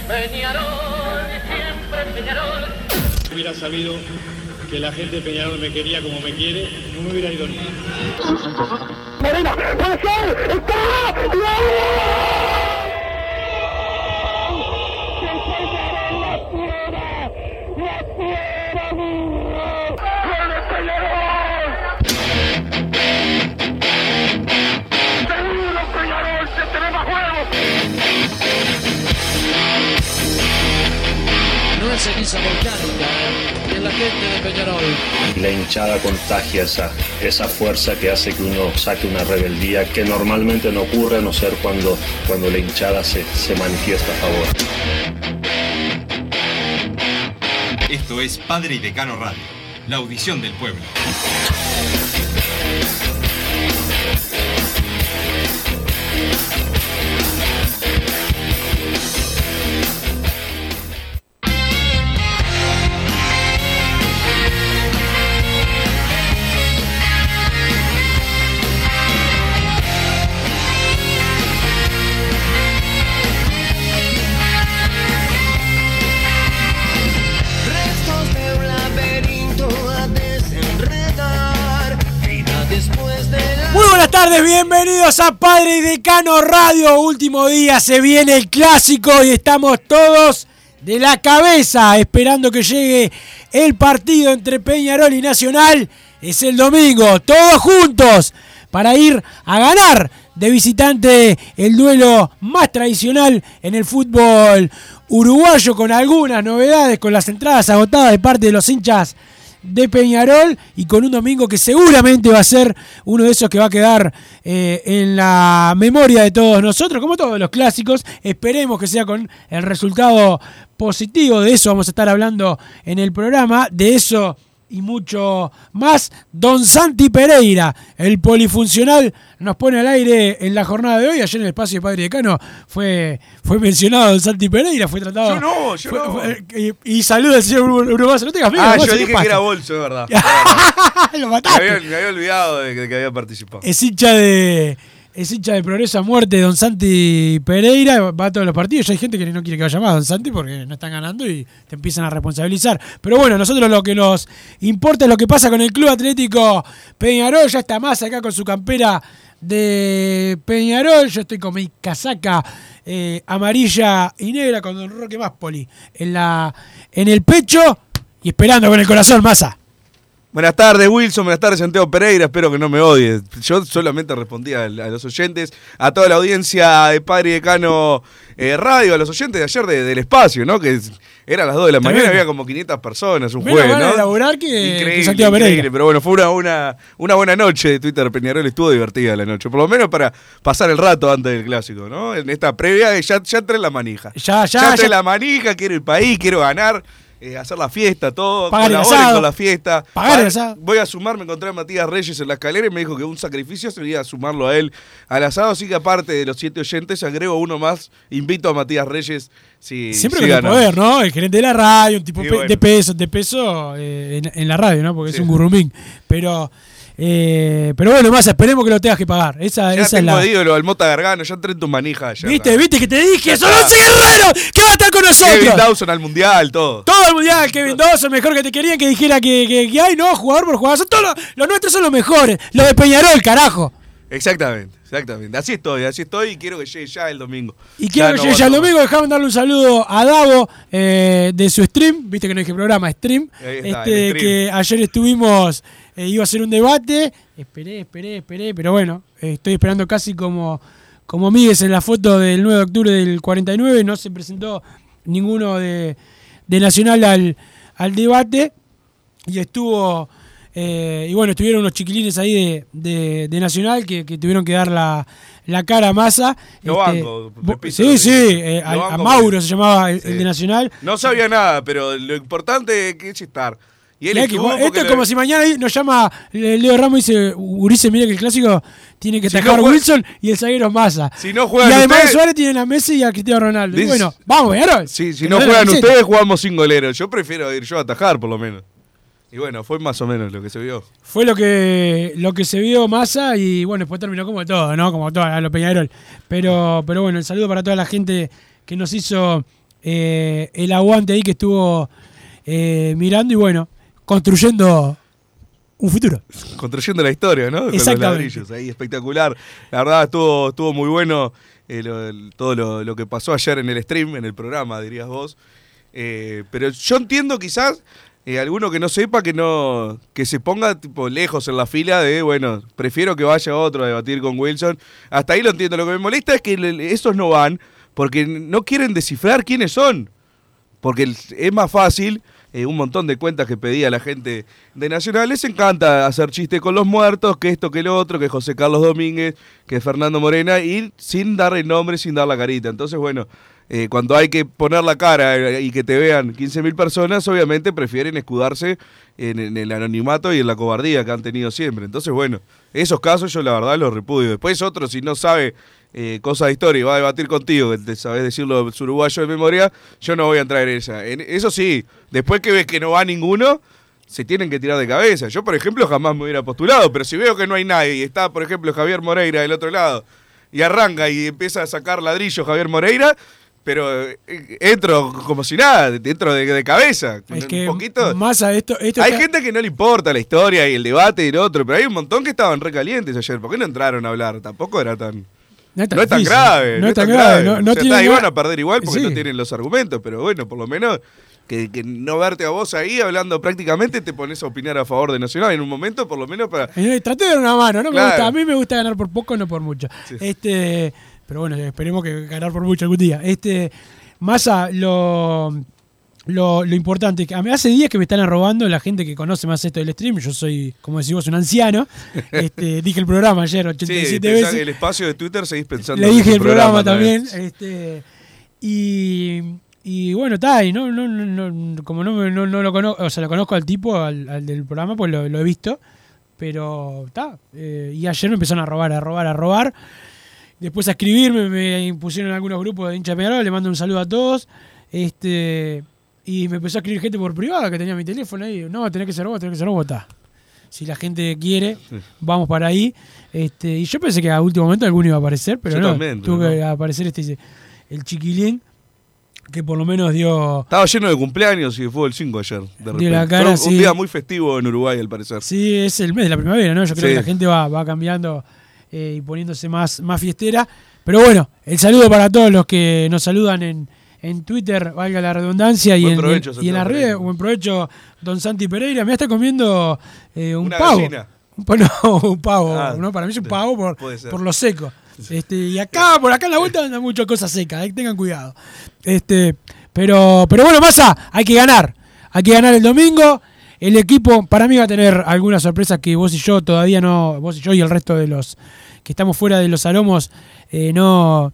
Peñarol, siempre Peñarol. Si hubiera sabido que la gente de Peñarol me quería como me quiere, no me hubiera ido ni. Morena, puede ser, está, No es ceniza volcánica, es la gente de Peñarol. La hinchada contagia esa fuerza que hace que uno saque una rebeldía que normalmente no ocurre a no ser cuando la hinchada se manifiesta a favor. Esto es Padre y Decano Radio, la audición del pueblo. Buenas tardes, bienvenidos a Padre y Decano Radio. Último día, se viene el clásico y estamos todos de la cabeza esperando que llegue el partido entre Peñarol y Nacional. Es el domingo, todos juntos para ir a ganar de visitante el duelo más tradicional en el fútbol uruguayo, con algunas novedades, con las entradas agotadas de parte de los hinchas de Peñarol y con un domingo que seguramente va a ser uno de esos que va a quedar en la memoria de todos nosotros, como todos los clásicos. Esperemos que sea con el resultado positivo. De eso vamos a estar hablando en el programa, de eso y mucho más. Don Santi Pereira, el polifuncional, nos pone al aire en la jornada de hoy. Ayer en el espacio de Padre y Decano fue mencionado Don Santi Pereira, fue tratado. Yo no. Y saluda al señor Uruguayo, no tengas miedo. Yo dije que era Bolso, es verdad. Lo mataste. Me había olvidado de que había participado. Es hincha de Progreso a Muerte, Don Santi Pereira, va a todos los partidos. Ya hay gente que no quiere que vaya más Don Santi porque no están ganando y te empiezan a responsabilizar. Pero bueno, nosotros lo que nos importa es lo que pasa con el Club Atlético Peñarol. Ya está más acá con su campera de Peñarol. Yo estoy con mi casaca amarilla y negra con Don Roque Máspoli en el pecho y esperando con el corazón, Massa. Buenas tardes, Wilson. Buenas tardes, Santiago Pereira. Espero que no me odies. Yo solamente respondía a los oyentes, a toda la audiencia de Padre y Decano Radio, a los oyentes de ayer del espacio, ¿no? Que era a las 2 de la mañana, había como 500 personas, un jueves, ¿no? De laburar que increíble, Santiago Pereira. Increíble, pero bueno, fue una buena noche de Twitter Peñarol. Estuvo divertida la noche, por lo menos para pasar el rato antes del clásico, ¿no? En esta previa ya entré en la manija. Ya entré en la manija, quiero el país, quiero ganar. Hacer la fiesta, todo, colaboren con la fiesta. Voy a sumarme, encontré a Matías Reyes en la escalera y me dijo que un sacrificio sería sumarlo a él al asado, así que aparte de los 7 oyentes, agrego uno más, invito a Matías Reyes siempre con el poder, ¿no? El gerente de la radio, un tipo de peso en la radio, ¿no? Porque es un gurrumín. Pero bueno, más esperemos que lo tengas que pagar. Esa es la. Ídolo, al Mota Gargano, ya entré en tu manija. ¿Viste que te dije? ¡Son 11 guerreros! ¿Qué va a estar con nosotros? Kevin Dawson al mundial, todo. Todo al mundial, Kevin Dawson, mejor que te querían que dijera que hay, no, jugador por jugador. Son todos los nuestros son los mejores. Los de Peñarol, carajo. Exactamente. Así estoy y quiero que llegue ya el domingo. Y quiero que llegue ya el domingo. Dejame darle un saludo a Davo de su stream. Viste que no dije programa, stream. Stream. Que ayer estuvimos. Iba a ser un debate, esperé, pero bueno, estoy esperando casi como Míguez en la foto del 9 de octubre del 49, no se presentó ninguno de Nacional al debate, y estuvieron unos chiquilines ahí de Nacional que tuvieron que dar la cara a Massa. Banco, a Mauro se llamaba el de Nacional. No sabía nada, pero lo importante es que es estar. Y él esto es como si mañana nos llama Leo Ramos y dice: Ulises, mira que el clásico tiene que atajar Wilson y el zaguero Massa. Si no juegan y además ustedes, Suárez tiene a Messi y a Cristiano Ronaldo. Y bueno, vamos, Peñarol. Si no juegan ustedes, jugamos sin golero. Yo prefiero ir yo a atajar, por lo menos. Y bueno, fue más o menos lo que se vio. Fue lo que se vio Massa y bueno, después terminó como todo, ¿no? Como todo a los Peñarol. Pero bueno, el saludo para toda la gente que nos hizo el aguante ahí que estuvo mirando y bueno, construyendo un futuro. Construyendo la historia, ¿no? Con los ladrillos ahí, espectacular. La verdad estuvo muy bueno todo lo que pasó ayer en el stream, en el programa, dirías vos. Pero yo entiendo quizás alguno que no sepa que se ponga tipo lejos en la fila de, bueno, prefiero que vaya otro a debatir con Wilson. Hasta ahí lo entiendo. Lo que me molesta es que esos no van porque no quieren descifrar quiénes son. Porque es más fácil, un montón de cuentas que pedía la gente de Nacional, les encanta hacer chistes con los muertos, que esto, que lo otro, que José Carlos Domínguez, que Fernando Morena, y sin dar el nombre, sin dar la carita. Entonces, bueno, cuando hay que poner la cara y que te vean 15.000 personas, obviamente prefieren escudarse en el anonimato y en la cobardía que han tenido siempre. Entonces, bueno, esos casos yo la verdad los repudio. Después otro, si no sabe cosas de historia y va a debatir contigo, que sabés decirlo uruguayo de memoria, yo no voy a entrar en esa. Eso sí, después que ves que no va ninguno, se tienen que tirar de cabeza. Yo, por ejemplo, jamás me hubiera postulado, pero si veo que no hay nadie y está, por ejemplo, Javier Moreira del otro lado y arranca y empieza a sacar ladrillo Javier Moreira, pero entro como si nada, entro de cabeza. Es que un poquito. Más a esto hay gente que no le importa la historia y el debate y el otro, pero hay un montón que estaban recalientes ayer. ¿Por qué no entraron a hablar? Tampoco era tan... No es tan grave. No es tan grave. No iban a perder igual porque no tienen los argumentos, pero bueno, por lo menos que no verte a vos ahí hablando prácticamente te pones a opinar a favor de Nacional en un momento, por lo menos para... Traté de dar una mano, ¿no? Claro. A mí me gusta ganar por poco, no por mucho. Sí. Pero bueno, esperemos que ganar por mucho algún día. Massa, lo importante es que a mí hace días que me están arrobando la gente que conoce más esto del stream. Yo soy, como decimos, un anciano. Dije el programa ayer 87 veces. El espacio de Twitter seguís pensando. Le dije el programa también. Y bueno, está, y como no lo conozco, o sea, lo conozco al tipo, al del programa, pues lo he visto. Pero está. Y ayer me empezaron a robar. Después a escribirme, me impusieron algunos grupos de hinchas de Peñarol, le mando un saludo a todos. Y me empezó a escribir gente por privada que tenía mi teléfono ahí. No, tenés que ser vos, está. Si la gente quiere, vamos para ahí. Y yo pensé que a último momento alguno iba a aparecer, pero yo no. Tuvo que aparecer el chiquilín, que por lo menos dio... Estaba lleno de cumpleaños y fue el 5 ayer. Dio la cara, fue un día muy festivo en Uruguay, al parecer. Sí, es el mes de la primavera, ¿no? Yo creo que la gente va cambiando y poniéndose más fiestera. Pero bueno, el saludo para todos los que nos saludan en Twitter, valga la redundancia, y en las redes. Buen provecho, don Santi Pereira. Me está comiendo un pavo. Gallina. Un pavo, ¿no? Para mí es un pavo por lo seco. Y por acá en la vuelta andan muchas cosas secas, tengan cuidado. Pero bueno, Massa, hay que ganar el domingo. El equipo para mí va a tener algunas sorpresas que vos y yo todavía no, vos y yo y el resto de los que estamos fuera de los aromos no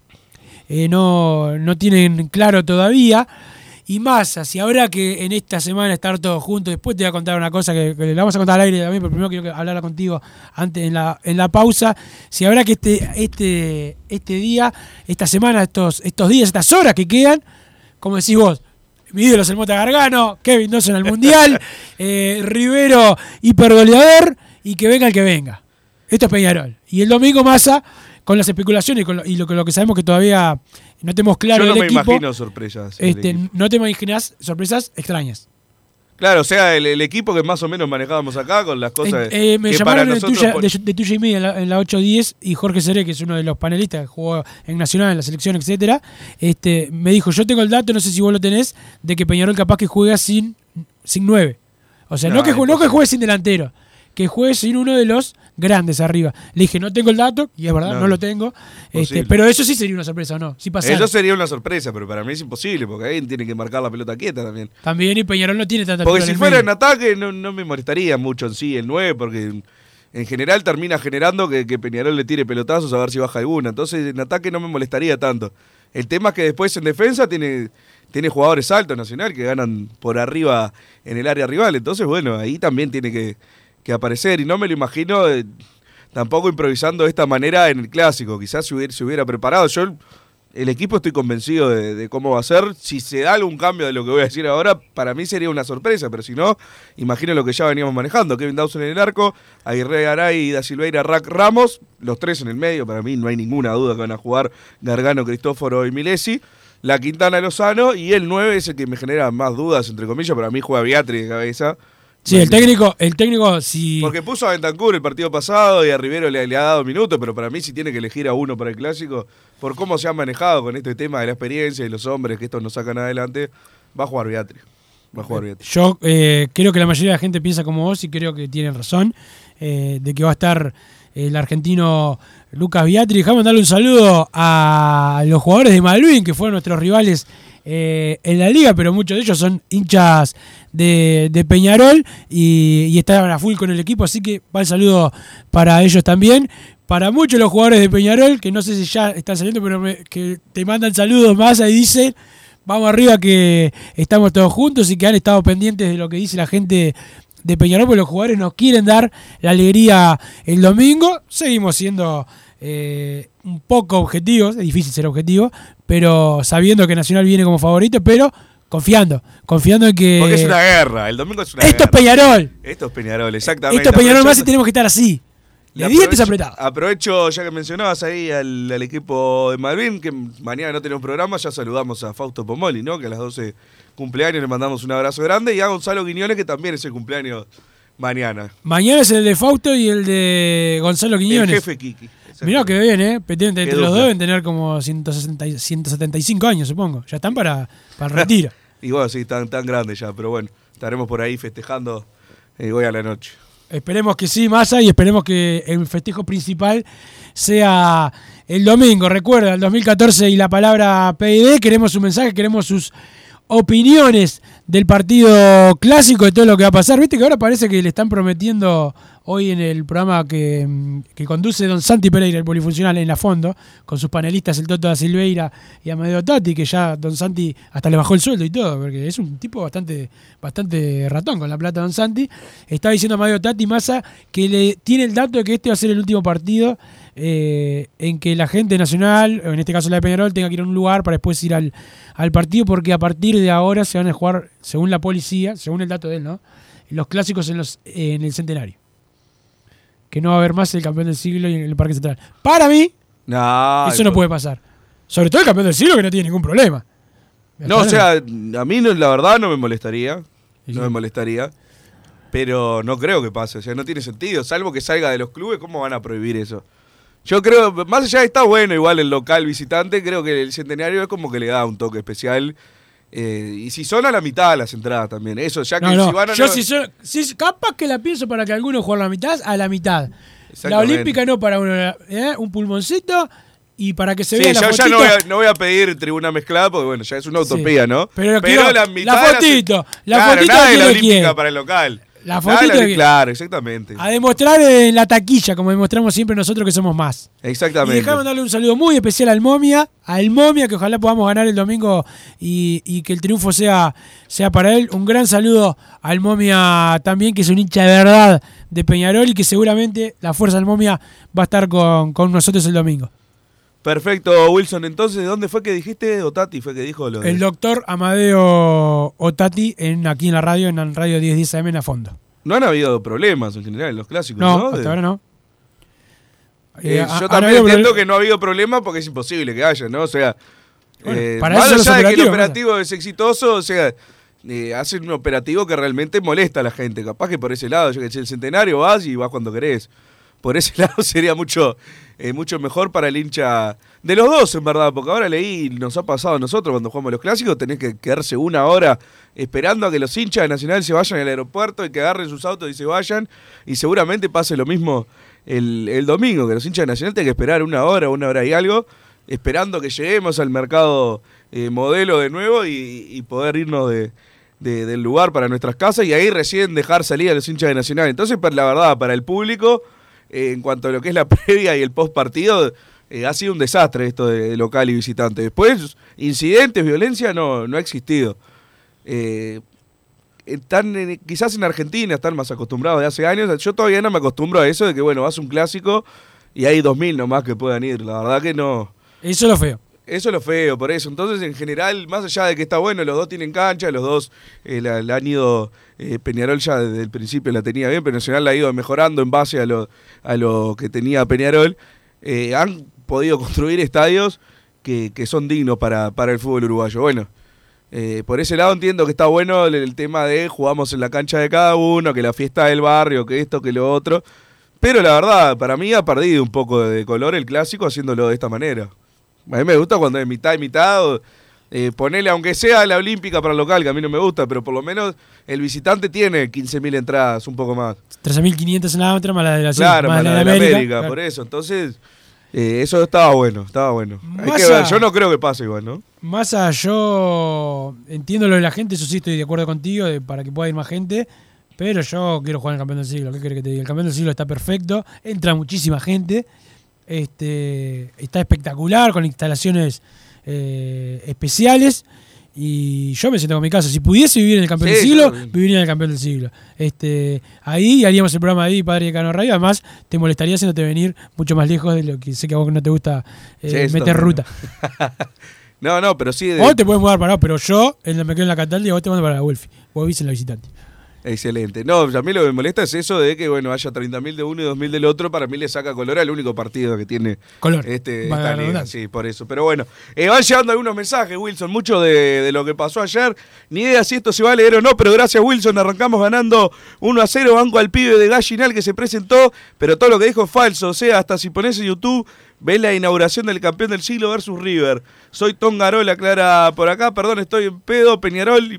tienen claro todavía. Y Massa, si habrá que en esta semana estar todos juntos, después te voy a contar una cosa que le vamos a contar al aire también, pero primero quiero hablarla contigo antes en la pausa. Si habrá que este día, esta semana, estos días, estas horas que quedan, como decís vos, mi ídolo es el Mota Gargano, Kevin Dawson al Mundial, Rivero hipergoleador, y que venga el que venga. Esto es Peñarol. Y el domingo Massa, con las especulaciones y lo que sabemos que todavía no tenemos claro del equipo. Yo no me imagino sorpresas. No te imaginas sorpresas extrañas. Claro, o sea, el equipo que más o menos manejábamos acá con las cosas me que llamaron para nosotros... de tuya y mía en la 8-10, y Jorge Seré, que es uno de los panelistas que jugó en Nacional, en la selección, etcétera, me dijo, yo tengo el dato, no sé si vos lo tenés, de que Peñarol capaz que juega sin 9. O sea, no que juegue sin delantero, que juegue sin uno de los grandes arriba. Le dije, no tengo el dato, y es verdad, no lo tengo. Pero eso sí sería una sorpresa, ¿o no? Si eso sería una sorpresa, pero para mí es imposible, porque ahí tiene que marcar la pelota quieta también. También, y Peñarol no tiene tanta pelota. Porque si fuera en ataque, no me molestaría mucho en sí el 9, porque en general termina generando que Peñarol le tire pelotazos a ver si baja alguna. Entonces en ataque no me molestaría tanto. El tema es que después en defensa tiene jugadores altos Nacional que ganan por arriba en el área rival. Entonces, bueno, ahí también tiene que aparecer, y no me lo imagino tampoco improvisando de esta manera en el Clásico. Quizás se hubiera preparado. Yo el equipo estoy convencido de cómo va a ser. Si se da algún cambio de lo que voy a decir ahora, para mí sería una sorpresa, pero si no, imagino lo que ya veníamos manejando. Kevin Dawson en el arco, Aguirre Garay, Da Silveira, Rack Ramos, los tres en el medio. Para mí no hay ninguna duda que van a jugar Gargano, Cristóforo y Milesi. la Quintana Lozano, y el 9 es el que me genera más dudas, entre comillas, pero a mí juega Viatri de cabeza. Sí, el técnico sí. Porque puso a Bentancur el partido pasado y a Rivero le ha dado minutos, pero para mí si tiene que elegir a uno para el clásico, por cómo se han manejado con este tema de la experiencia y los hombres que estos nos sacan adelante, va a jugar Viatri. Yo creo que la mayoría de la gente piensa como vos y creo que tienen razón de que va a estar el argentino Lucas Viatri. Dejame mandarle un saludo a los jugadores de Malvin, que fueron nuestros rivales en la liga, pero muchos de ellos son hinchas de Peñarol y estaban a full con el equipo, así que va el saludo para ellos también. Para muchos de los jugadores de Peñarol, que no sé si ya están saliendo, pero que te mandan saludos más y dicen, vamos arriba que estamos todos juntos y que han estado pendientes de lo que dice la gente de Peñarol, porque los jugadores nos quieren dar la alegría el domingo. Seguimos siendo un poco objetivos, es difícil ser objetivo, pero sabiendo que Nacional viene como favorito, pero confiando en que... Porque es una guerra, el domingo es una guerra. Esto es Peñarol, exactamente. Esto es Peñarol más y tenemos que estar así. De dientes apretados. Aprovecho, ya que mencionabas ahí al equipo de Malvin, que mañana no tenemos programa, ya saludamos a Fausto Pomoli, ¿no? Que a las 12 cumpleaños le mandamos un abrazo grande, y a Gonzalo Quiñones, que también es el cumpleaños mañana. Mañana es el de Fausto y el de Gonzalo Quiñones. El jefe Kiki. Mirá que bien, entre los dos deben tener como 175 años, supongo. Ya están para el retiro. Y bueno, sí, tan grandes ya, pero bueno, estaremos por ahí festejando hoy a la noche. Esperemos que sí, Massa, y esperemos que el festejo principal sea el domingo. Recuerda, el 2014 y la palabra PID, queremos un mensaje, queremos sus opiniones del partido clásico, de todo lo que va a pasar. Viste que ahora parece que le están prometiendo hoy en el programa que conduce don Santi Pereira, el polifuncional, en la fondo, con sus panelistas, el Toto da Silveira y Amadeo Tati, que ya don Santi hasta le bajó el sueldo y todo, porque es un tipo bastante ratón con la plata don Santi. Está diciendo Amadeo Tati Massa que le tiene el dato de que este va a ser el último partido en que la gente nacional, en este caso la de Peñarol, tenga que ir a un lugar para después ir al partido, porque a partir de ahora se van a jugar, según la policía, según el dato de él, ¿no?, los clásicos en el Centenario. Que no va a haber más el campeón del siglo y en el Parque Central. Para mí, eso no puede pasar. Sobre todo el campeón del siglo, que no tiene ningún problema. No, o sea, a mí la verdad no me molestaría. No me molestaría. Pero no creo que pase. O sea, no tiene sentido. Salvo que salga de los clubes, ¿cómo van a prohibir eso? Yo creo, más allá de está bueno igual el local visitante, creo que el Centenario es como que le da un toque especial. Y si son a la mitad las entradas también. Eso, ya que no, si van a... Yo si capaz que la pienso para que algunos jueguen a la mitad. La olímpica no, para un pulmoncito y para que se vea la fotito. Yo ya no voy a pedir tribuna mezclada porque bueno, ya es una utopía, ¿no? Pero la mitad la fotito nada de la olímpica para el local. La fotito claro, exactamente. A demostrar en la taquilla, como demostramos siempre nosotros que somos más. Exactamente. Y dejamos darle un saludo muy especial al Momia, que ojalá podamos ganar el domingo y que el triunfo sea para él. Un gran saludo al Momia también, que es un hincha de verdad de Peñarol y que seguramente la fuerza del Momia va a estar con nosotros el domingo. Perfecto, Wilson. Entonces, ¿de dónde fue que dijiste? Otati fue que dijo lo de... El doctor Amadeo Otati aquí en la radio, en el radio 1010 AM en a fondo. No han habido problemas en general en los clásicos, ¿no? No, hasta ahora no. Yo también entiendo que no ha habido problemas porque es imposible que haya, ¿no? O sea, para más eso allá de que el operativo es exitoso, o sea, hacen un operativo que realmente molesta a la gente. Capaz que por ese lado, yo que sé, el Centenario vas y vas cuando querés. Por ese lado sería mucho mejor para el hincha de los dos, en verdad, porque ahora leí, nos ha pasado a nosotros cuando jugamos los clásicos, tenés que quedarse una hora esperando a que los hinchas de Nacional se vayan al aeropuerto y que agarren sus autos y se vayan, y seguramente pase lo mismo el domingo, que los hinchas de Nacional tienen que esperar una hora y algo, esperando que lleguemos al mercado modelo de nuevo y poder irnos del lugar para nuestras casas, y ahí recién dejar salir a los hinchas de Nacional. Entonces, la verdad, para el público, en cuanto a lo que es la previa y el post partido, ha sido un desastre esto de local y visitante. Después, incidentes, violencia no ha existido. Quizás en Argentina están más acostumbrados de hace años. Yo todavía no me acostumbro a eso de que, bueno, vas a un clásico y hay 2.000 nomás que puedan ir. La verdad que no. Eso es lo feo. Eso es lo feo, por eso. Entonces, en general, más allá de que está bueno, los dos tienen cancha, los dos la han ido... Peñarol ya desde el principio la tenía bien, pero Nacional la ha ido mejorando en base a lo que tenía Peñarol. Han podido construir estadios que son dignos para el fútbol uruguayo. Bueno, por ese lado entiendo que está bueno el tema de jugamos en la cancha de cada uno, que la fiesta del barrio, que esto, que lo otro. Pero la verdad, para mí ha perdido un poco de color el clásico haciéndolo de esta manera. A mí me gusta cuando es mitad y mitad, ponerle, aunque sea la olímpica para el local, que a mí no me gusta, pero por lo menos el visitante tiene 15.000 entradas, un poco más. 13.500 en la otra, más la de la Claro, más la de América, claro. Por eso. Entonces, eso estaba bueno. Yo no creo que pase igual, ¿no? Massa, yo entiendo lo de la gente, eso sí estoy de acuerdo contigo, para que pueda ir más gente. Pero yo quiero jugar en el campeón del siglo. ¿Qué querés que te diga? El campeón del siglo está perfecto. Entra muchísima gente. Está espectacular con instalaciones especiales. Y yo me siento con mi casa. Si pudiese vivir en el campeón del siglo, viviría en el campeón del siglo. Ahí haríamos el programa ahí, Padre Decano Radio. Además, te molestaría haciéndote venir mucho más lejos de lo que sé que a vos no te gusta meter ruta. No, pero sí. Vos te puedes mudar para, pero yo me quedo en la Cataldia, vos te mando para la Wolfi. Vos vivís en la visitante. Excelente. No, a mí lo que me molesta es eso de que, bueno, haya 30.000 de uno y 2.000 del otro. Para mí le saca color al único partido que tiene color. Esta liga. Sí, por eso. Pero bueno, van llegando algunos mensajes, Wilson, mucho de lo que pasó ayer. Ni idea si esto se va a leer o no, pero gracias, Wilson. Arrancamos ganando 1-0, banco al pibe de Gallinal que se presentó, pero todo lo que dijo es falso. O sea, hasta si pones en YouTube, ves la inauguración del campeón del siglo versus River. Soy Tom Garol, aclara por acá. Perdón, estoy en pedo. Peñarol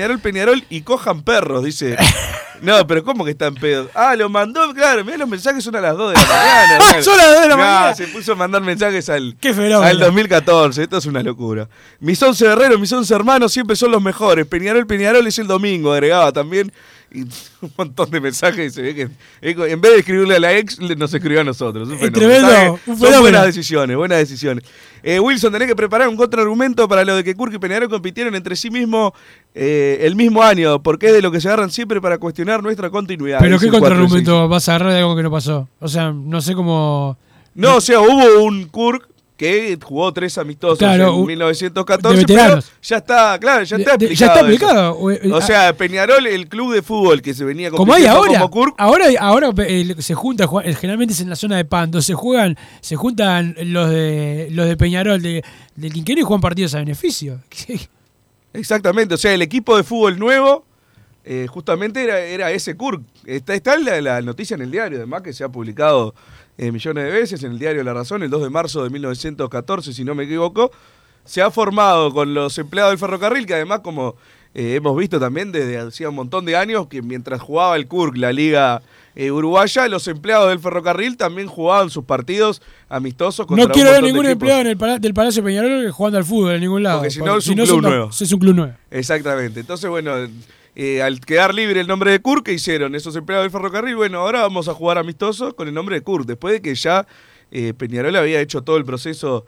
y cojan perros, dice. No, pero ¿cómo que está en pedo? Lo mandó, claro. Mirá, los mensajes son a las 2 de la mañana. Son a las 2 de la mañana. Se puso a mandar mensajes al 2014. Esto es una locura. Mis 11 guerreros, mis 11 hermanos siempre son los mejores. Peñarol es el domingo, agregaba también. Y un montón de mensajes. Se ve que en vez de escribirle a la ex, nos escribió a nosotros. Un tremendo. Son buenas decisiones. Wilson, tenés que preparar un contraargumento para lo de que Kurk y Peñarol compitieron entre sí mismos el mismo año, porque es de lo que se agarran siempre para cuestionar nuestra continuidad. ¿Pero qué contraargumento vas a agarrar de algo que no pasó? O sea, no sé cómo... No, o sea, hubo un Kurk que jugó 3 amistosos en 1914, pero ya está aplicado. Ya está aplicado. O sea, Peñarol, el club de fútbol que se venía como hay ahora, como Kurk. Ahora se junta, generalmente es en la zona de Panto, se juntan los de Peñarol del Quinquenio y juegan partidos a beneficio. Exactamente, o sea, el equipo de fútbol nuevo justamente era ese Kurk. Está la noticia en el diario, además, que se ha publicado millones de veces en el diario La Razón, el 2 de marzo de 1914, si no me equivoco. Se ha formado con los empleados del ferrocarril, que además, como hemos visto también desde hacía un montón de años, que mientras jugaba el Kurk, la liga uruguaya, los empleados del ferrocarril también jugaban sus partidos amistosos contra no quiero ver ningún empleado del Palacio Peñarol jugando al fútbol en ningún lado. Porque si no es un club nuevo. Es un club nuevo. Exactamente. Entonces, bueno, al quedar libre el nombre de Kurk, ¿qué hicieron esos empleados del ferrocarril? Bueno, ahora vamos a jugar amistosos con el nombre de Kurk, después de que ya Peñarol había hecho todo el proceso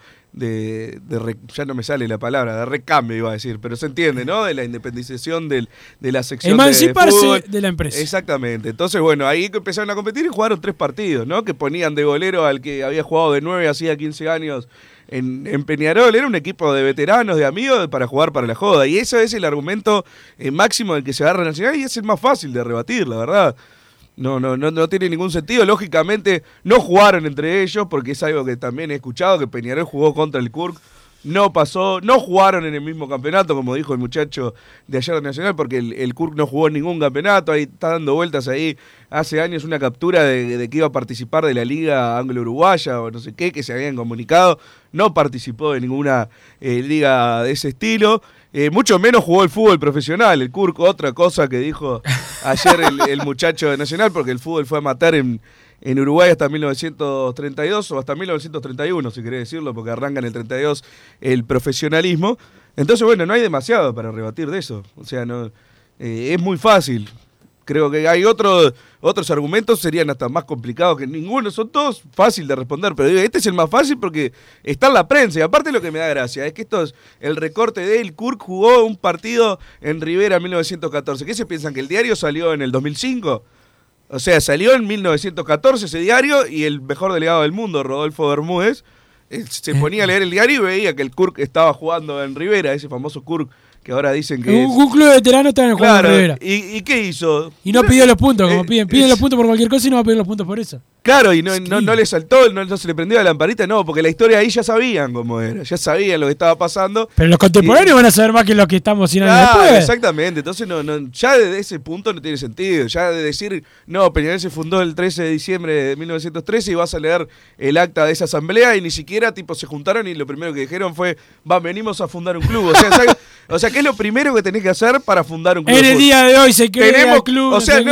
ya no me sale la palabra, de recambio iba a decir, pero se entiende, ¿no? De la independización de la sección emanciparse de la empresa. Exactamente. Entonces, bueno, ahí empezaron a competir y jugaron 3 partidos, ¿no? Que ponían de golero al que había jugado de 9 hacía 15 años en Peñarol. Era un equipo de veteranos, de amigos, para jugar para la joda. Y eso es el argumento máximo del que se agarra Nacional y es el más fácil de rebatir, la verdad. No tiene ningún sentido. Lógicamente no jugaron entre ellos, porque es algo que también he escuchado, que Peñarol jugó contra el Kurk. No pasó, no jugaron en el mismo campeonato, como dijo el muchacho de ayer de Nacional, porque el Kurk no jugó en ningún campeonato. Ahí está dando vueltas ahí hace años una captura de que iba a participar de la Liga Anglo-Uruguaya o no sé qué, que se habían comunicado. No participó de ninguna liga de ese estilo. Mucho menos jugó el fútbol profesional. El Kurk, otra cosa que dijo ayer el muchacho de Nacional, porque el fútbol fue amateur en Uruguay hasta 1932 o hasta 1931, si querés decirlo, porque arranca en el 32 el profesionalismo. Entonces, bueno, no hay demasiado para rebatir de eso. O sea, no es muy fácil. Creo que hay otros argumentos, serían hasta más complicados que ninguno. Son todos fáciles de responder, pero digo, este es el más fácil porque está en la prensa. Y aparte lo que me da gracia es que esto es el recorte de el Kurk jugó un partido en Rivera en 1914. ¿Qué se piensan? ¿Que el diario salió en el 2005? O sea, salió en 1914 ese diario y el mejor delegado del mundo, Rodolfo Bermúdez, se ponía a leer el diario y veía que el Kurk estaba jugando en Rivera, ese famoso Kurk que ahora dicen que un club de veteranos está en el juego de Rivera. ¿Y qué hizo? Y no pidió los puntos, como piden los puntos por cualquier cosa y no va a pedir los puntos por eso. Claro, y no le saltó, no se le prendió la lamparita, no, porque la historia ahí ya sabían cómo era, ya sabían lo que estaba pasando. Pero los contemporáneos van a saber más que los que estamos 100 años después. Exactamente, entonces ya desde ese punto no tiene sentido, ya de decir, no, Peñarol se fundó el 13 de diciembre de 1913 y vas a leer el acta de esa asamblea y ni siquiera se juntaron y lo primero que dijeron fue, venimos a fundar un club, o sea, ¿qué es lo primero que tenés que hacer para fundar un club? En el día de hoy se crea el club. O sea,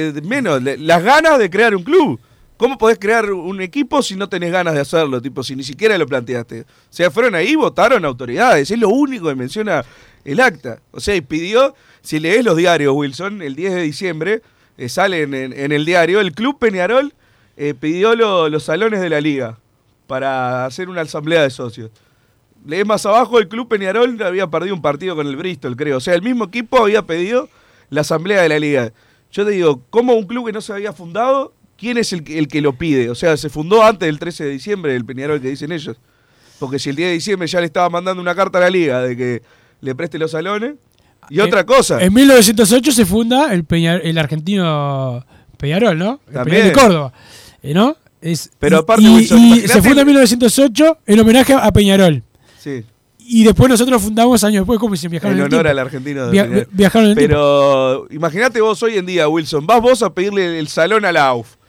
las ganas de crear un club. ¿Cómo podés crear un equipo si no tenés ganas de hacerlo? Si ni siquiera lo planteaste. O sea, fueron ahí, votaron autoridades. Es lo único que menciona el acta. O sea, y pidió, si lees los diarios, Wilson, el 10 de diciembre, salen en el diario, el Club Peñarol pidió los salones de la liga para hacer una asamblea de socios. Lees más abajo, el Club Peñarol había perdido un partido con el Bristol, creo. O sea, el mismo equipo había pedido la asamblea de la liga. Yo te digo, ¿cómo un club que no se había fundado, quién es el que lo pide? O sea, se fundó antes del 13 de diciembre el Peñarol que dicen ellos. Porque si el 10 de diciembre ya le estaba mandando una carta a la liga de que le preste los salones. Y otra cosa. En 1908 se funda el argentino Peñarol, ¿no? El También. Peñarol de Córdoba, ¿no? Pero aparte, Wilson, y se funda en 1908 en homenaje a Peñarol. Sí. Y después nosotros fundamos años después, como si viajaron en el honor tiempo. al argentino. Viajaron en el tiempo. Pero imagínate vos hoy en día, Wilson, vas vos a pedirle el salón a la AUF.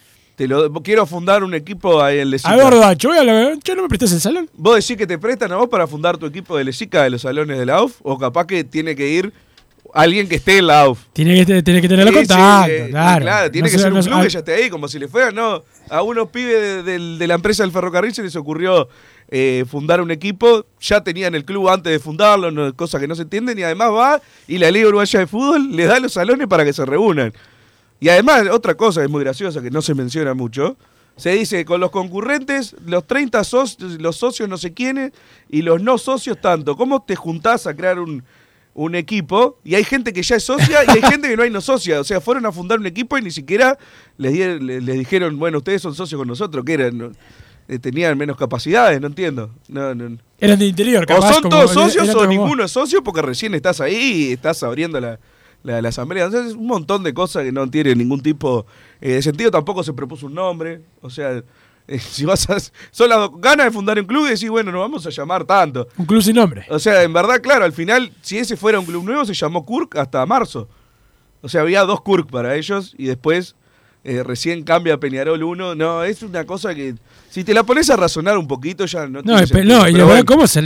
Quiero fundar un equipo ahí en Lesica. A ver, Rodacho, ¿no me prestas el salón? ¿Vos decís que te prestan a vos para fundar tu equipo de Lesica de los salones de la AUF? ¿O capaz que tiene que ir alguien que esté en la AUF? Tiene que tener los contactos, claro. Tiene que ser un club que ya esté ahí, como si le fuera, no. A unos pibes de la empresa del ferrocarril se les ocurrió fundar un equipo, ya tenían el club antes de fundarlo, cosa que no se entienden, y además va y la Liga Uruguaya de Fútbol les da los salones para que se reúnan. Y además, otra cosa que es muy graciosa, que no se menciona mucho, se dice, con los concurrentes, los 30 socios, los socios no sé quiénes, y los no socios tanto. ¿Cómo te juntás a crear un equipo? Y hay gente que ya es socia y hay gente que no hay no socia. O sea, fueron a fundar un equipo y ni siquiera les dijeron, bueno, ustedes son socios con nosotros, ¿qué eran? Tenían menos capacidades, no entiendo. No. Eran de interior, capaz. O son todos socios o ninguno es socio porque recién estás ahí y estás abriendo la asamblea. Entonces, un montón de cosas que no tienen ningún tipo de sentido. Tampoco se propuso un nombre. O sea, si son las ganas de fundar un club y decís, bueno, nos vamos a llamar tanto. Un club sin nombre. O sea, en verdad, claro, al final, si ese fuera un club nuevo, se llamó Kurk hasta marzo. O sea, había 2 Kurk para ellos y después recién cambia Peñarol 1. No, es una cosa que, si te la pones a razonar un poquito, ya no tiene sentido. Y bueno, ¿cómo se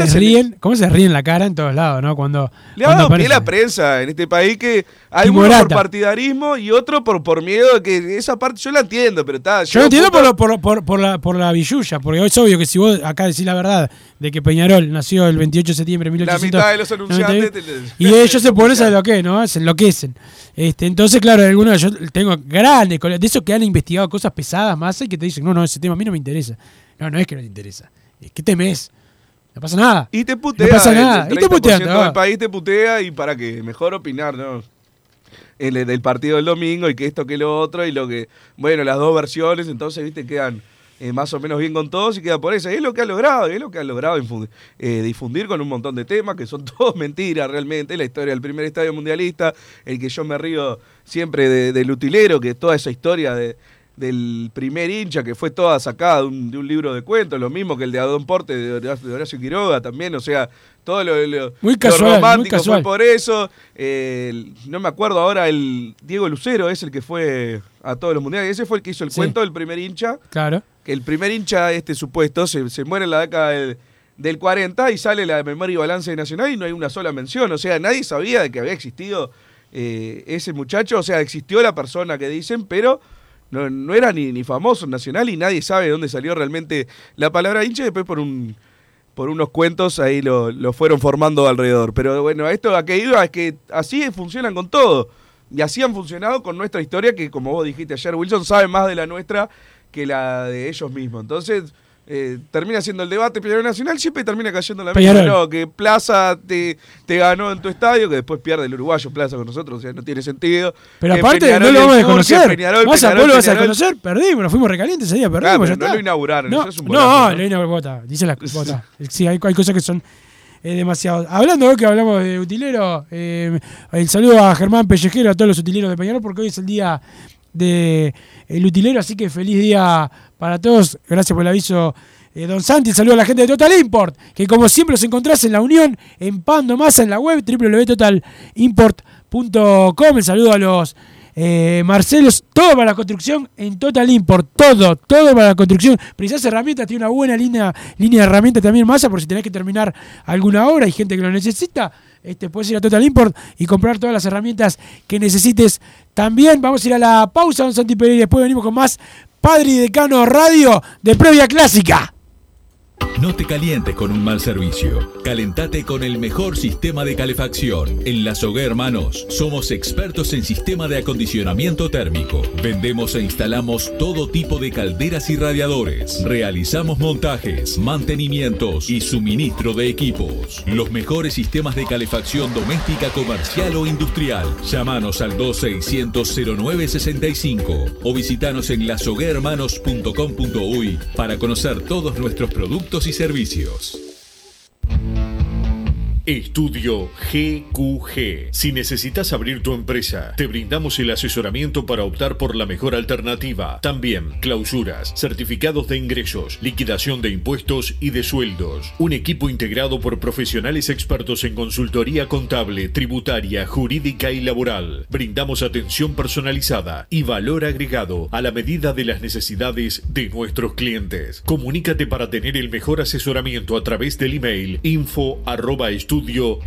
ríen la cara en todos lados, ¿no? Cuando le ha dado pie a la prensa en este país, que algunos por partidarismo y otro por miedo de que esa parte yo la entiendo, pero está. Yo la entiendo por la billulla, porque es obvio que si vos acá decís la verdad de que Peñarol nació el 28 de septiembre de 1890, la mitad de los anunciantes y ellos se ponen a lo que, ¿no? Se enloquecen. Entonces, claro, algunos yo tengo grandes colegas de esos que han investigado cosas pesadas más y que te dicen, no, ese tema a mí no me interesa. No es que no te interesa. Es que temes. No pasa nada. Y te putea. No pasa nada. Y te putean. Todo el país te putea y para qué. Mejor opinar, ¿no? Del partido del domingo y que esto, que lo otro y lo que... Bueno, las dos versiones, entonces, viste, quedan más o menos bien con todos y queda por eso. Y es lo que ha logrado, difundir con un montón de temas que son todos mentiras realmente. La historia del primer estadio mundialista, el que yo me río siempre del utilero, que toda esa historia del primer hincha que fue toda sacada de un libro de cuentos, lo mismo que el de Adón Porte de Horacio Quiroga también, o sea, todo lo romántico fue por eso. No me acuerdo ahora, el Diego Lucero es el que fue a todos los mundiales, ese fue el que hizo el cuento del primer hincha. Claro. Que el primer hincha, supuesto, se muere en la década del 40 y sale la memoria y balance de Nacional y no hay una sola mención, o sea, nadie sabía de que había existido ese muchacho, o sea, existió la persona que dicen, pero... No era ni famoso en Nacional y nadie sabe de dónde salió realmente la palabra hincha. Después por unos cuentos ahí lo fueron formando alrededor. Pero bueno, a qué iba es que así funcionan con todo. Y así han funcionado con nuestra historia que, como vos dijiste ayer, Wilson, sabe más de la nuestra que la de ellos mismos. Entonces... termina siendo el debate Peñarol Nacional, siempre termina cayendo la misma, ¿no? Que Plaza te ganó en tu estadio, que después pierde el uruguayo Plaza con nosotros, o sea, no tiene sentido. Pero aparte Peñarol no lo vamos a desconocer. Vos lo vas a conocer, perdimos, nos fuimos recalientes ese día, perdimos. Pero no lo inauguraron, eso es un bolazo. No, lo inauguraron, dice la bota. Sí, hay cosas que son es demasiado. Hablando de que hablamos de utilero, el saludo a Germán Pellejero, a todos los utileros de Peñarol, porque hoy es el día del utilero, así que feliz día para todos. Gracias por el aviso, don Santi. Saludo a la gente de Total Import, que como siempre los encontrás en La Unión, en Pando Masa, en la web www.totalimport.com. El saludo a los Marcelos, todo para la construcción en Total Import, todo para la construcción. Precisás herramientas, tiene una buena línea de herramientas también Masa, por si tenés que terminar alguna obra, hay gente que lo necesita. Puedes ir a Total Import y comprar todas las herramientas que necesites. También vamos a ir a la pausa, don Santi Pereira, y después venimos con más Padre y Decano Radio de Previa Clásica. No te calientes con un mal servicio. Calentate con el mejor sistema de calefacción. En La Sogué Hermanos somos expertos en sistema de acondicionamiento térmico. Vendemos e instalamos todo tipo de calderas y radiadores. Realizamos montajes, mantenimientos y suministro de equipos. Los mejores sistemas de calefacción doméstica, comercial o industrial. Llámanos al 2600-0965 o visitanos en lasoguehermanos.com.uy para conocer todos nuestros productos y servicios. Estudio GQG. Si necesitas abrir tu empresa, te brindamos el asesoramiento para optar por la mejor alternativa. También clausuras, certificados de ingresos, liquidación de impuestos y de sueldos. Un equipo integrado por profesionales expertos en consultoría contable, tributaria, jurídica y laboral. Brindamos atención personalizada y valor agregado a la medida de las necesidades de nuestros clientes. Comunícate para tener el mejor asesoramiento a través del email info@estudiogqg.com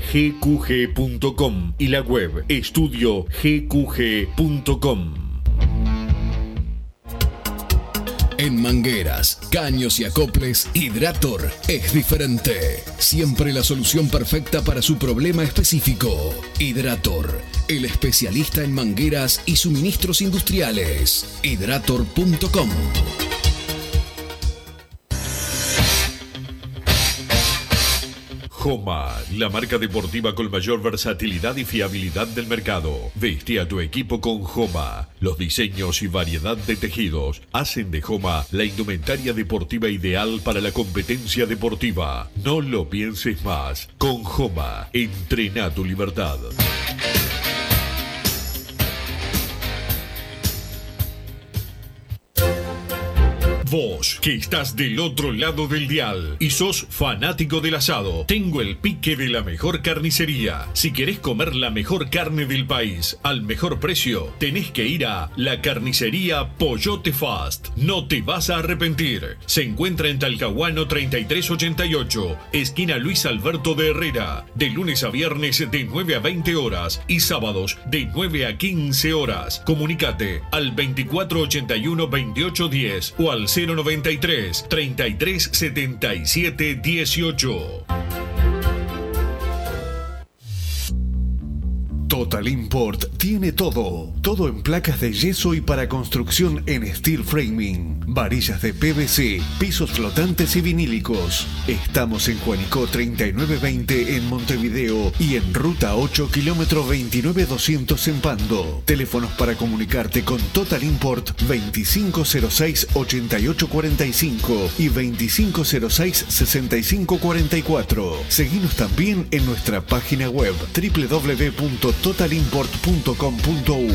y la web estudiogqg.com. En mangueras, caños y acoples, Hidrator es diferente. Siempre la solución perfecta para su problema específico. Hidrator, el especialista en mangueras y suministros industriales. Hidrator.com. Joma, la marca deportiva con mayor versatilidad y fiabilidad del mercado. Veste a tu equipo con Joma. Los diseños y variedad de tejidos hacen de Joma la indumentaria deportiva ideal para la competencia deportiva. No lo pienses más. Con Joma, entrena tu libertad. Vos, que estás del otro lado del dial y sos fanático del asado, tengo el pique de la mejor carnicería. Si querés comer la mejor carne del país al mejor precio, tenés que ir a la carnicería Pollote Fast. No te vas a arrepentir. Se encuentra en Talcahuano 3388, esquina Luis Alberto de Herrera, de lunes a viernes de 9 a 20 horas y sábados de 9 a 15 horas. Comunicate al 2481-2810 o al 093 33 77 18. Total Import tiene todo en placas de yeso y para construcción en steel framing, varillas de PVC, pisos flotantes y vinílicos. Estamos en Juanico 3920 en Montevideo y en Ruta 8 kilómetro 29200 en Pando. Teléfonos para comunicarte con Total Import 2506-8845 y 2506-6544. Seguinos también en nuestra página web www.totalimport.com.uy.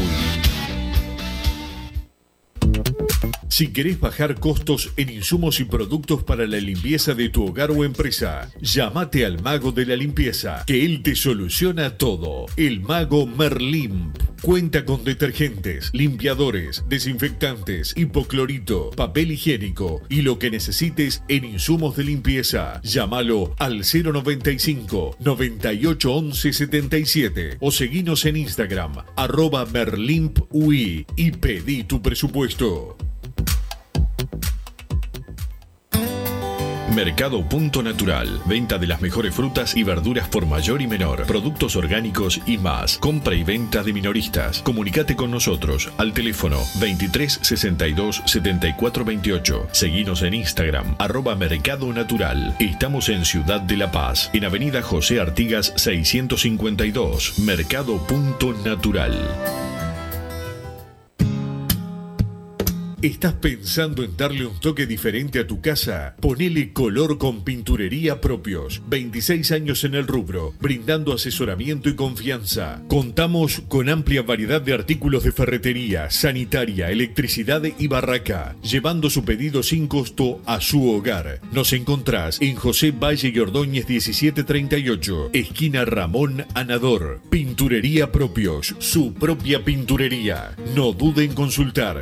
Si querés bajar costos en insumos y productos para la limpieza de tu hogar o empresa, llámate al mago de la limpieza, que él te soluciona todo. El mago Merlimp. Cuenta con detergentes, limpiadores, desinfectantes, hipoclorito, papel higiénico y lo que necesites en insumos de limpieza. Llámalo al 095 98 11 77 o seguinos en Instagram @merlimpui y pedí tu presupuesto. Mercado Punto Natural. Venta de las mejores frutas y verduras por mayor y menor. Productos orgánicos y más. Compra y venta de minoristas. Comunicate con nosotros al teléfono 23 62 74 28. Seguinos en Instagram @Mercado Natural. Estamos en Ciudad de La Paz, en Avenida José Artigas 652. Mercado Punto Natural. ¿Estás pensando en darle un toque diferente a tu casa? Ponele color con Pinturería Propios. 26 años en el rubro, brindando asesoramiento y confianza. Contamos con amplia variedad de artículos de ferretería, sanitaria, electricidad y barraca, llevando su pedido sin costo a su hogar. Nos encontrás en José Valle y Ordóñez 1738, esquina Ramón Anador. Pinturería Propios, su propia pinturería. No dude en consultar.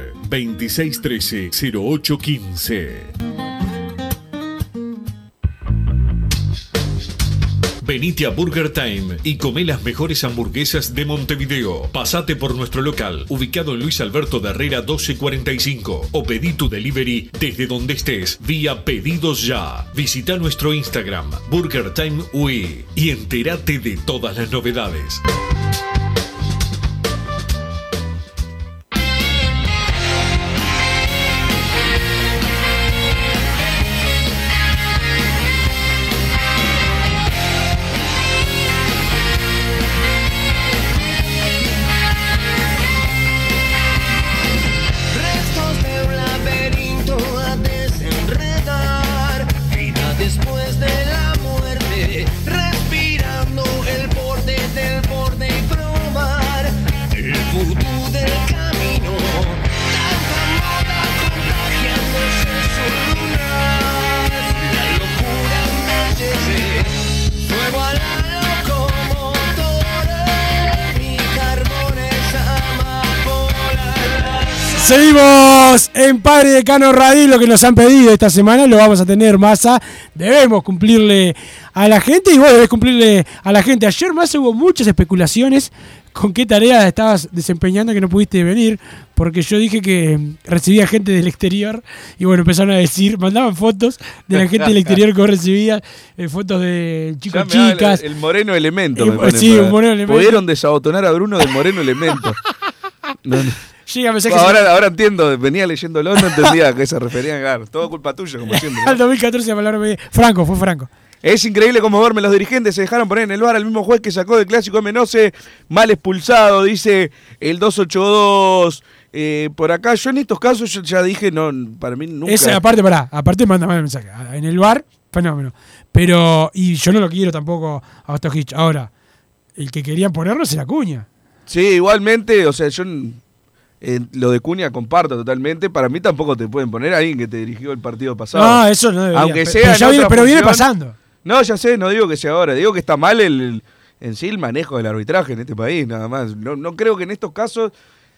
2613-0815. Venite a Burger Time y come las mejores hamburguesas de Montevideo. Pasate por nuestro local, ubicado en Luis Alberto de Herrera 1245, o pedí tu delivery desde donde estés, vía Pedidos Ya. Visita nuestro Instagram, Burger Time UE, y entérate de todas las novedades. Después de la muerte, respirando el borde del borde y probar el vudú del camino. Tanta moda contagiándose sus lunas. La locura embellece, fuego a la locomotora, mi carbón es amapola. Seguimos en Padre Decano Radio. Lo que nos han pedido esta semana lo vamos a tener, Massa. Debemos cumplirle a la gente y vos debés cumplirle a la gente. Ayer, Massa, hubo muchas especulaciones con qué tarea estabas desempeñando que no pudiste venir, porque yo dije que recibía gente del exterior y bueno, empezaron a decir, mandaban fotos de la gente del exterior que vos recibías, fotos de chicos, chicas. El Moreno Elemento. Sí, un Moreno Elemento. Pudieron desabotonar a Bruno del Moreno Elemento. No. Ahora entiendo, venía leyéndolo, no entendía a qué se referían. Claro, todo culpa tuya, como siempre, ¿no? Al 2014 la palabra Franco, fue Franco. Es increíble cómo verme los dirigentes se dejaron poner en el bar al mismo juez que sacó del clásico Menose, mal expulsado, dice el 282. Por acá, yo en estos casos ya dije, no, para mí nunca. Esa aparte manda el mensaje. En el bar, fenómeno. Pero, y yo no lo quiero tampoco a Ostojic. Ahora, el que querían ponerlo es la Cuña. Sí, igualmente, o sea, yo lo de Cuña comparto totalmente. Para mí tampoco te pueden poner a alguien que te dirigió el partido pasado. No, eso no debería. Aunque sea pero viene pasando. No, ya sé, no digo que sea ahora. Digo que está mal en sí el manejo del arbitraje en este país, nada más. No creo que en estos casos,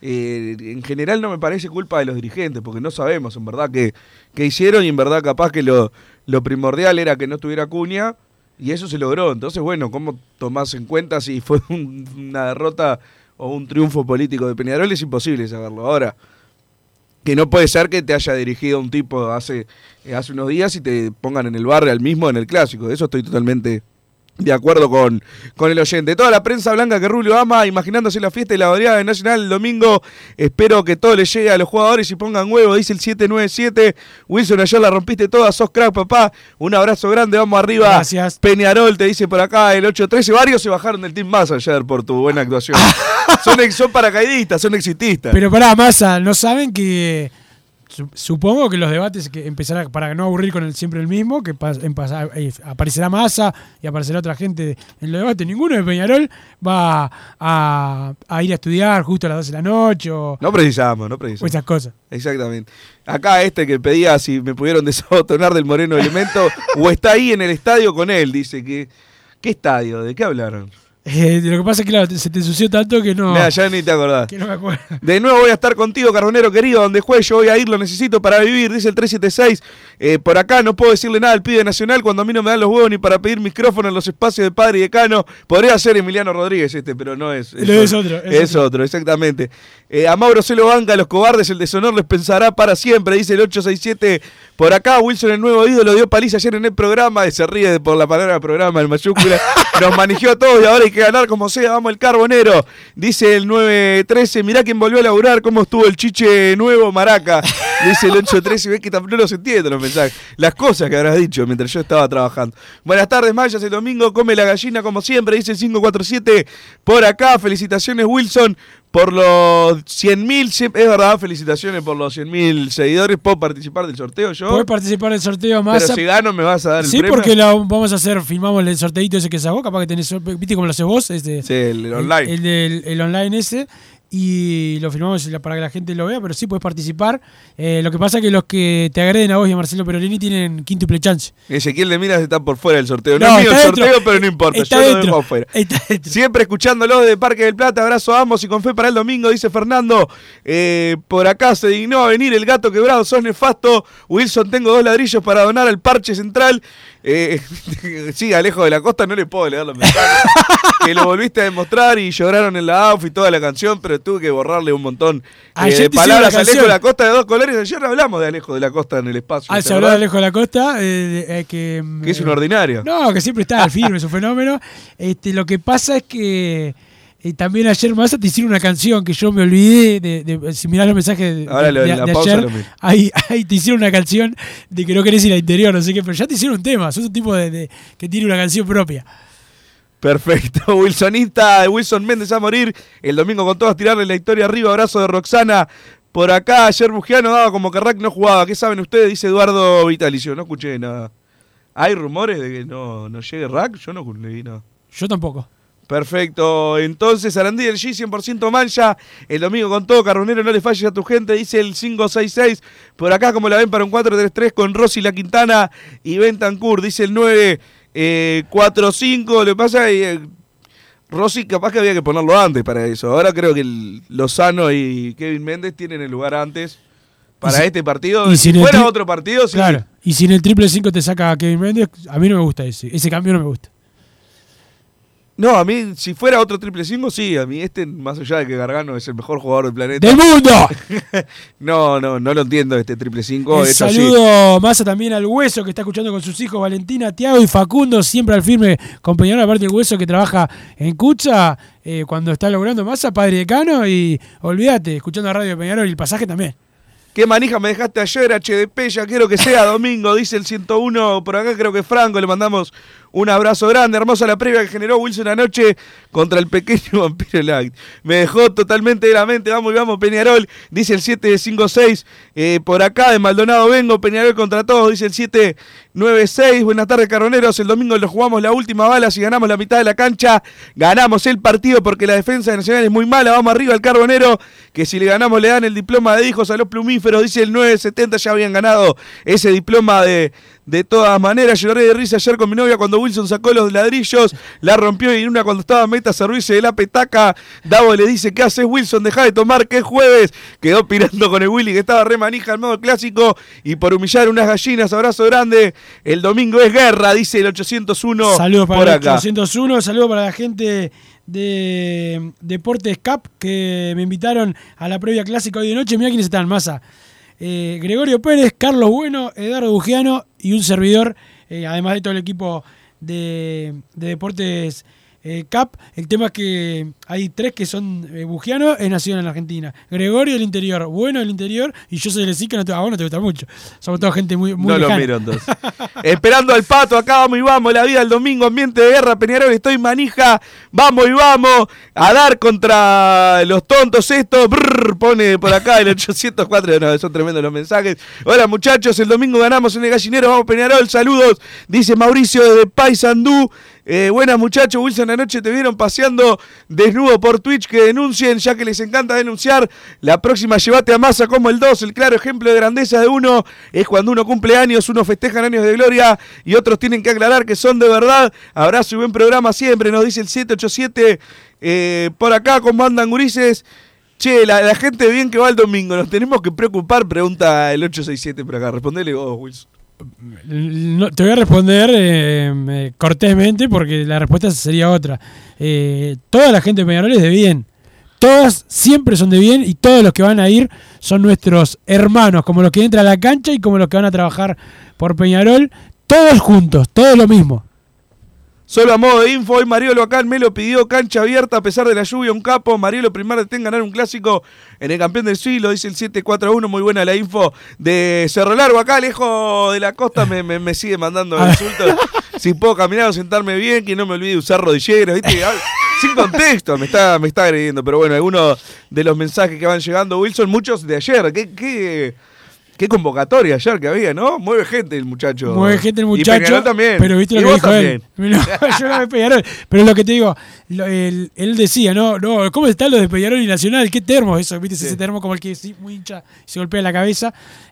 en general no me parece culpa de los dirigentes, porque no sabemos en verdad qué hicieron, y en verdad capaz que lo primordial era que no estuviera Cuña, y eso se logró. Entonces, bueno, ¿cómo tomás en cuenta si fue una derrota o un triunfo político de Peñarol? Es imposible saberlo. Ahora, que no puede ser que te haya dirigido un tipo hace unos días y te pongan en el barrio al mismo en el clásico. De eso estoy totalmente de acuerdo con el oyente. Toda la prensa blanca que Rubio ama, imaginándose la fiesta y la variedad de Nacional el domingo. Espero que todo le llegue a los jugadores y pongan huevo, dice el 797. Wilson, ayer la rompiste toda, sos crack, papá. Un abrazo grande, vamos arriba. Gracias. Peñarol, te dice por acá el 813. Varios se bajaron del Team Massa ayer por tu buena actuación. Son paracaidistas, son exitistas. Pero pará, Massa, ¿no saben que supongo que los debates que empezarán, para no aburrir con siempre el mismo, que aparecerá Massa y aparecerá otra gente en los debates? Ninguno de Peñarol va a ir a estudiar justo a las 12 de la noche no precisamos o esas cosas. Exactamente. Acá que pedía si me pudieron desabotonar del Moreno Elemento o está ahí en el estadio con él, dice que ¿qué estadio? ¿De qué hablaron? Lo que pasa es que claro, se te ensució tanto que no. Mira, ya ni te acordás. Que no me acuerdo. De nuevo voy a estar contigo, Carbonero querido, donde juegue yo voy a ir, lo necesito para vivir, dice el 376. Por acá no puedo decirle nada al pibe Nacional cuando a mí no me dan los huevos ni para pedir micrófono en los espacios de Padre y Decano. Podría ser Emiliano Rodríguez pero no es. Es otro. Es otro, exactamente. A Mauro se lo banca, a los cobardes el deshonor les pensará para siempre, dice el 867. Por acá Wilson, el nuevo ídolo, dio paliza ayer en el programa, y se ríe por la palabra programa en mayúscula. Nos manejó a todos y ahora hay que ganar como sea, vamos el Carbonero. Dice el 913, mirá quién volvió a laburar, cómo estuvo el chiche nuevo Maraca. Dice el 813, ves que no los entiendo los mensajes, las cosas que habrás dicho mientras yo estaba trabajando. Buenas tardes, Mayas, el domingo come la gallina como siempre, dice el 547. Por acá, felicitaciones Wilson Por los 100.000, es verdad, felicitaciones por los 100.000 seguidores. ¿Puedo participar del sorteo yo? Puedes participar del sorteo más. Pero si gano, ¿me vas a dar el premio? Sí, porque vamos a hacer, filmamos el sorteito ese que se hago, capaz que tenés, ¿viste cómo lo haces vos? Sí, el online. El online ese. Y lo filmamos para que la gente lo vea, pero sí puedes participar. Lo que pasa es que los que te agreden a vos y a Marcelo Perolini tienen quíntuple chance. Ezequiel de Miras está por fuera del sorteo. No es mío el sorteo, pero no importa. Yo lo dejo afuera. Siempre escuchándolo de Parque del Plata. Abrazo a ambos y con fe para el domingo, dice Fernando. Por acá se dignó a venir el gato quebrado. Sos nefasto. Wilson, tengo 2 ladrillos para donar al parche central. Sí, Alejo de la Costa, no le puedo leer los mensajes. Que lo volviste a demostrar y lloraron en la AUF y toda la canción, pero tuve que borrarle un montón de palabras a Alejo de la Costa de 2 colores. Ayer hablamos de Alejo de la Costa en el espacio. Se habló de Alejo de la Costa, que es un ordinario. No, que siempre está al firme, es un fenómeno. Lo que pasa es que también ayer Massa te hicieron una canción que yo me olvidé si mirás los mensajes de ayer, ahí te hicieron una canción de que no querés ir al interior, no sé qué, pero ya te hicieron un tema, sos un tipo que tiene una canción propia. Perfecto, Wilsonista, Wilson Méndez a morir, el domingo con todas tirarle la historia arriba, abrazo de Roxana. Por acá ayer Bugiano daba como que Rack no jugaba, ¿qué saben ustedes? Dice Eduardo Vitalicio, no escuché nada. ¿Hay rumores de que no llegue Rack? Yo no leí nada. Yo tampoco. Perfecto, entonces Sarandí del G 100% mancha, el domingo con todo, Carbonero no le falles a tu gente, dice el 566, por acá como la ven para un 4-3-3 con Rossi, La Quintana y Bentancur, dice el 9-4-5, lo que pasa es que Rossi capaz que había que ponerlo antes para eso, ahora creo que Lozano y Kevin Méndez tienen el lugar antes para este partido, y si fuera otro partido, sí. Claro, y si en el 5 te saca a Kevin Méndez, a mí no me gusta ese cambio no me gusta. No, a mí, si fuera otro 5, sí. A mí más allá de que Gargano es el mejor jugador del planeta. ¡Del mundo! No lo entiendo, 5. Saludo más también al Hueso, que está escuchando con sus hijos Valentina, Tiago y Facundo, siempre al firme compañero, aparte del Hueso que trabaja en Cucha, cuando está logrando Massa, padre decano, y olvídate, escuchando la radio de Peñarol y el pasaje también. ¿Qué manija me dejaste ayer, HDP? Ya quiero que sea domingo, dice el 101. Por acá creo que Franco, le mandamos un abrazo grande. Hermosa la previa que generó Wilson anoche contra el pequeño Vampiro Light. Me dejó totalmente de la mente. Vamos y vamos, Peñarol, dice el 756. Por acá de Maldonado vengo, Peñarol contra todos, dice el 796. Buenas tardes, carroneros. El domingo lo jugamos la última bala. Si ganamos la mitad de la cancha, ganamos el partido porque la defensa de Nacional es muy mala. Vamos arriba al Carbonero, que si le ganamos le dan el diploma de hijos a los plumíferos, dice el 970. Ya habían ganado ese diploma de todas maneras. Lloré de risa ayer con mi novia cuando Wilson sacó los ladrillos, la rompió y en una cuando estaba meta servirse de la petaca, Davo le dice: ¿qué haces, Wilson? Dejá de tomar, que es jueves. Quedó pirando con el Willy que estaba re manija al modo clásico y por humillar unas gallinas. Abrazo grande, el domingo es guerra, dice el 801. Saludos para el 801, saludos para la gente de Deportes Cap que me invitaron a la previa clásica hoy de noche. Mirá quiénes están, Massa. Gregorio Pérez, Carlos Bueno, Eduardo Bugiano y un servidor, además de todo el equipo de Deportes Cap. El tema es que hay 3 que son Bugiano, es nacido en la Argentina. Gregorio del interior, Bueno del interior, y yo soy del SIC, a vos no te gusta mucho. Somos toda gente muy no lejana. Lo miro entonces. Esperando al Pato, acá vamos y vamos, la vida del domingo, ambiente de guerra, Peñarol, estoy manija, vamos y vamos a dar contra los tontos estos. Pone por acá el 804, no, son tremendos los mensajes. Hola muchachos, el domingo ganamos en el Gallinero, vamos Peñarol, saludos, dice Mauricio desde Paysandú. Buenas muchachos, Wilson, anoche te vieron paseando desnudo por Twitch, que denuncien, ya que les encanta denunciar. La próxima llévate a Massa como el 2, el claro ejemplo de grandeza de uno es cuando uno cumple años, uno festeja años de gloria y otros tienen que aclarar que son de verdad. Abrazo y buen programa siempre, nos dice el 787. Por acá, ¿cómo andan, gurises? Che, la gente bien que va el domingo, ¿nos tenemos que preocupar? Pregunta el 867 por acá, respondele vos, Wilson. No, te voy a responder cortésmente porque la respuesta sería otra. Toda la gente de Peñarol es de bien. Todas siempre son de bien y todos los que van a ir son nuestros hermanos, como los que entran a la cancha y como los que van a trabajar por Peñarol. Todos juntos, todos lo mismo. Solo a modo de info, hoy Mariolo acá me lo pidió, cancha abierta a pesar de la lluvia, un capo. Mariolo Primar de ganar un clásico en el campeón del siglo, dice el 741, muy buena la info de Cerro Largo. Acá lejos de la costa me sigue mandando insultos. Si puedo caminar o sentarme bien, que no me olvide usar rodilleras, ¿viste? Sin contexto, me está agrediendo. Pero bueno, algunos de los mensajes que van llegando, Wilson, muchos de ayer. Qué convocatoria ayer que había, ¿no? Mueve gente el muchacho. Mueve gente el muchacho. Y Peñarol también. Pero viste lo que dijo él. No, yo no me Peñarol. Pero lo que te digo, él decía, no, ¿cómo están los de Peñarol y Nacional? ¿Qué termo eso? ¿Viste ese termo como el que muy hincha y se golpea la cabeza?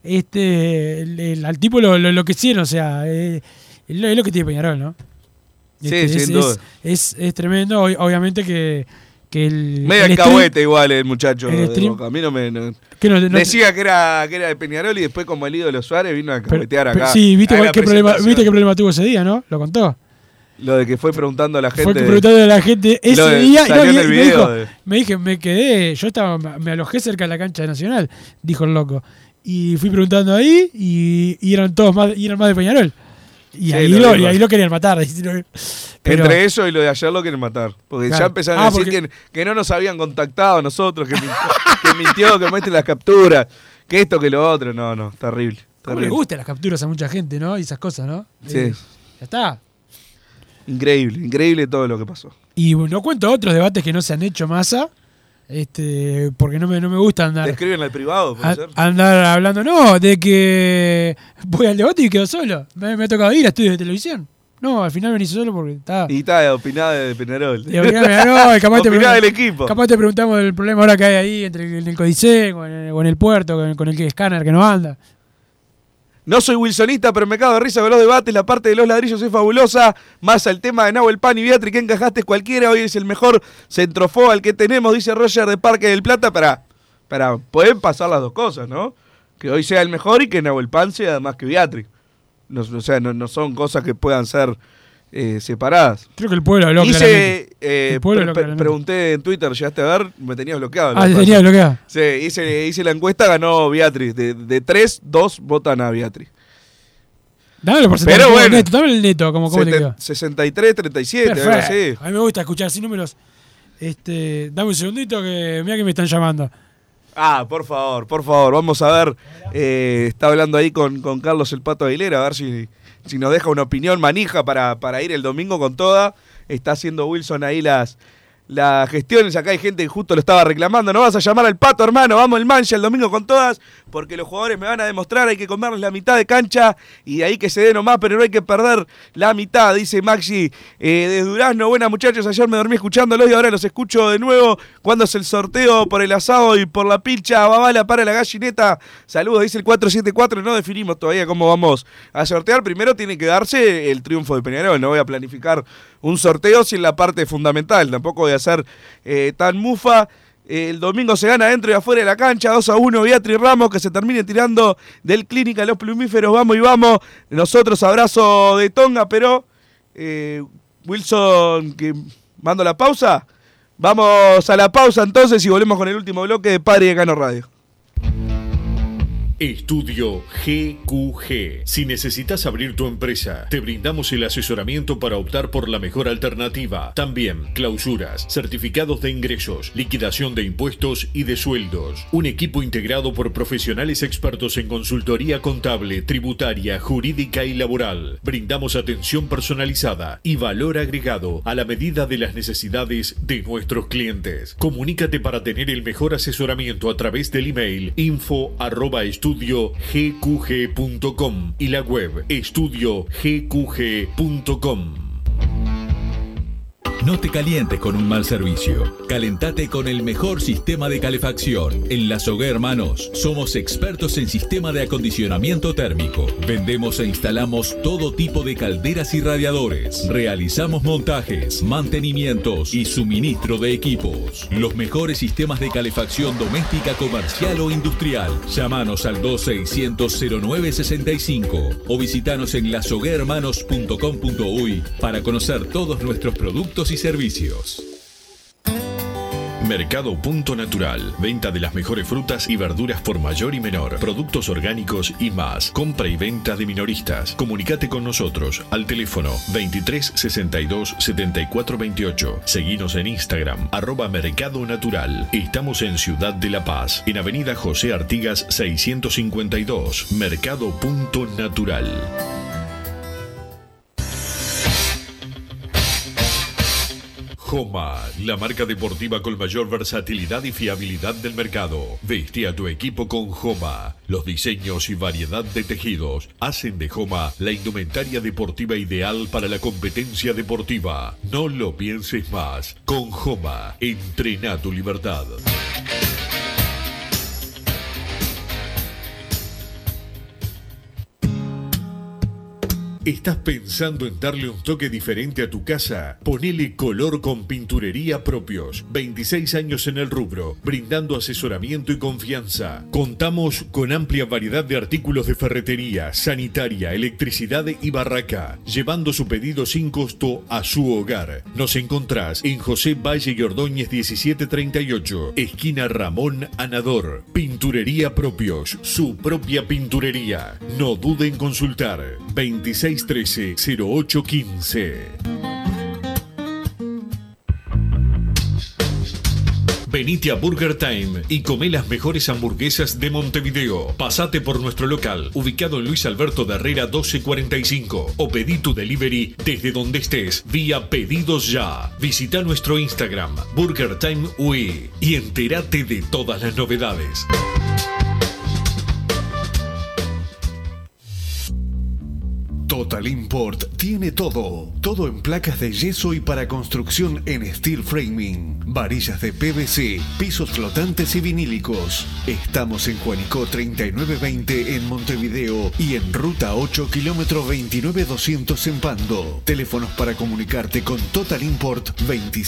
Al tipo lo que hicieron, o sea, es lo que tiene Peñarol, ¿no? Sí, sin duda. Es tremendo, obviamente que el... Medio alcahuete igual el muchacho. A mí no me... decía que era de Peñarol y después como el ídolo Suárez vino a cabetear acá. Sí, ¿viste qué problema tuvo ese día, no? Lo contó. Lo de que fue preguntando a la gente. Ese día. Salió en el video. Me quedé, me alojé cerca de la cancha de Nacional, dijo el loco. Y fui preguntando ahí y eran todos más de Peñarol. Y, sí, ahí lo querían matar. Pero, entre eso y lo de ayer lo quieren matar. Porque ya empezaron a decir que no nos habían contactado a nosotros, que mintió, que muestre las capturas, que esto, que lo otro. No, terrible. ¿Cómo le gustan las capturas a mucha gente, no? Y esas cosas, ¿no? Sí. Ya está. Increíble todo lo que pasó. Y no cuento otros debates que no se han hecho, Massa. Porque no me gusta andar. ¿Te escriben al privado? Andar hablando, de que voy al debate y quedo solo. Me ha tocado ir a estudios de televisión. No, al final venís solo porque está. Y está opinada de Peñarol. Opinada del equipo. Capaz te preguntamos del problema ahora que hay ahí entre el Codicen o en el puerto, con el escáner que no anda. No soy wilsonista, pero me cago de risa con los debates. La parte de los ladrillos es fabulosa. Más al tema de Nahuel Pan y Beatriz, que encajaste cualquiera. Hoy es el mejor centrofoal que tenemos, dice Roger de Parque del Plata. Para poder pasar las dos cosas, ¿no? Que hoy sea el mejor y que Nahuel Pan sea más que Beatriz. No son cosas que puedan ser separadas. Creo que el pueblo habló claramente. Pregunté en Twitter, ¿llegaste a ver? Me tenías bloqueado. ¿Te tenías bloqueado? Sí, hice la encuesta, ganó Beatriz. De 3, 2 votan a Beatriz. Dame el porcentaje. Pero bueno, dame el neto, ¿cómo te quedó? 63, 37, algo así. A mí me gusta escuchar sin números. Dame un segundito que mira que me están llamando. Por favor, vamos a ver. Está hablando ahí con Carlos el Pato Aguilera, a ver si nos deja una opinión manija para ir el domingo con toda. Está haciendo Wilson ahí las gestiones. Acá hay gente que justo lo estaba reclamando. No vas a llamar al Pato, hermano. Vamos el Mancha el domingo con todas, porque los jugadores me van a demostrar. Hay que comerles la mitad de cancha y de ahí que se dé nomás, pero no hay que perder la mitad, dice Maxi de Durazno. Buenas, muchachos, ayer me dormí escuchándolos y ahora los escucho de nuevo. ¿Cuándo es el sorteo por el asado y por la pilcha? Babala para la gallineta. Saludos, dice el 474. No definimos todavía cómo vamos a sortear. Primero tiene que darse el triunfo de Peñarol. No voy a planificar un sorteo sin la parte fundamental. Tampoco voy a ser tan mufa. El domingo se gana dentro y afuera de la cancha, 2-1, Beatriz Ramos, que se termine tirando del Clínica Los Plumíferos. Vamos y vamos. Nosotros, abrazo de Tonga, pero Wilson, que mando la pausa. Vamos a la pausa entonces y volvemos con el último bloque de Padre y Decano Radio. Estudio GQG. Si necesitas abrir tu empresa, te brindamos el asesoramiento para optar por la mejor alternativa. También clausuras, certificados de ingresos, liquidación de impuestos y de sueldos. Un equipo integrado por profesionales expertos en consultoría contable, tributaria, jurídica y laboral. Brindamos atención personalizada y valor agregado a la medida de las necesidades de nuestros clientes. Comunícate para tener el mejor asesoramiento a través del email info@estudiogqg.com y la web estudiogqg.com. No te calientes con un mal servicio. Calentate con el mejor sistema de calefacción. En La Sogué Hermanos somos expertos en sistema de acondicionamiento térmico. Vendemos e instalamos todo tipo de calderas y radiadores. Realizamos montajes, mantenimientos y suministro de equipos. Los mejores sistemas de calefacción doméstica, comercial o industrial. Llámanos al 2600-0965 o visitanos en lasoguehermanos.com.uy para conocer todos nuestros productos y servicios. Mercado Punto Natural. Venta de las mejores frutas y verduras por mayor y menor. Productos orgánicos y más. Compra y venta de minoristas. Comunicate con nosotros al teléfono 23 62 74 28. Seguinos en Instagram @Mercado Natural. Estamos en Ciudad de La Paz, en Avenida José Artigas 652. Mercado Punto Natural. Joma, la marca deportiva con mayor versatilidad y fiabilidad del mercado. Veste a tu equipo con Joma. Los diseños y variedad de tejidos hacen de Joma la indumentaria deportiva ideal para la competencia deportiva. No lo pienses más. Con Joma, entrena tu libertad. ¿Estás pensando en darle un toque diferente a tu casa? Ponele color con Pinturería Propios. 26 años en el rubro, brindando asesoramiento y confianza. Contamos con amplia variedad de artículos de ferretería, sanitaria, electricidad y barraca, llevando su pedido sin costo a su hogar. Nos encontrás en José Valle y Ordóñez 1738, esquina Ramón Anador. Pinturería Propios, su propia pinturería. No dude en consultar. 2613-0815. Venite a Burger Time y come las mejores hamburguesas de Montevideo. Pasate por nuestro local, ubicado en Luis Alberto de Herrera 1245, o pedí tu delivery desde donde estés, vía Pedidos Ya. Visita nuestro Instagram, Burger Time UE, y entérate de todas las novedades. Total Import tiene todo. Todo en placas de yeso y para construcción en steel framing. Varillas de PVC, pisos flotantes y vinílicos. Estamos en Juanico 3920 en Montevideo y en Ruta 8, kilómetro 29200 en Pando. Teléfonos para comunicarte con Total Import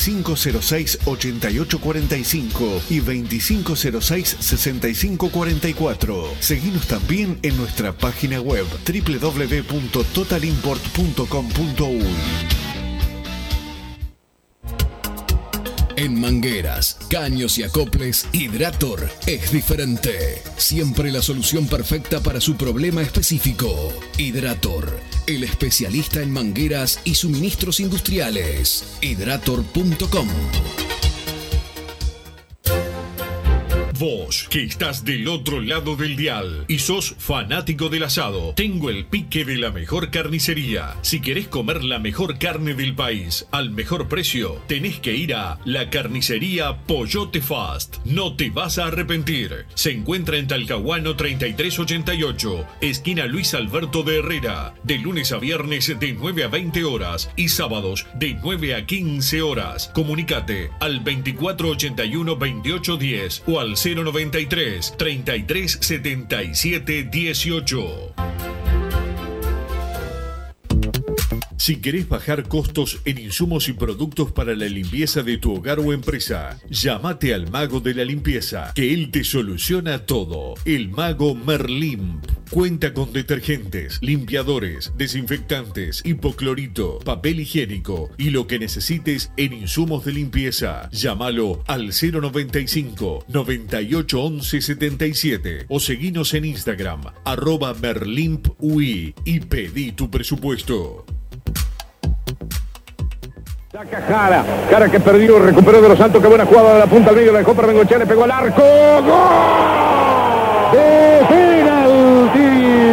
2506-8845 y 2506-6544. Seguinos también en nuestra página web www.totalimport.com.uy. En mangueras, caños y acoples, Hidrator es diferente. Siempre la solución perfecta para su problema específico. Hidrator, el especialista en mangueras y suministros industriales. Hidrator.com. Vos, que estás del otro lado del dial y sos fanático del asado, tengo el pique de la mejor carnicería. Si querés comer la mejor carne del país al mejor precio, tenés que ir a la carnicería Pollote Fast. No te vas a arrepentir. Se encuentra en Talcahuano 3388, esquina Luis Alberto de Herrera, de lunes a viernes de 9 a 20 horas y sábados de 9 a 15 horas. Comunicate al 2481-2810 o al 093 33 77 18. Si querés bajar costos en insumos y productos para la limpieza de tu hogar o empresa, llámate al mago de la limpieza, que él te soluciona todo. El mago Merlimp. Cuenta con detergentes, limpiadores, desinfectantes, hipoclorito, papel higiénico y lo que necesites en insumos de limpieza. Llámalo al 095 98 11 77 o seguinos en Instagram @merlimpui y pedí tu presupuesto. Saca Jara que perdió, recuperó de los Santos, qué buena jugada de la punta al medio, la dejó para Bengochea, le pegó al arco, ¡gol! ¡De penalti!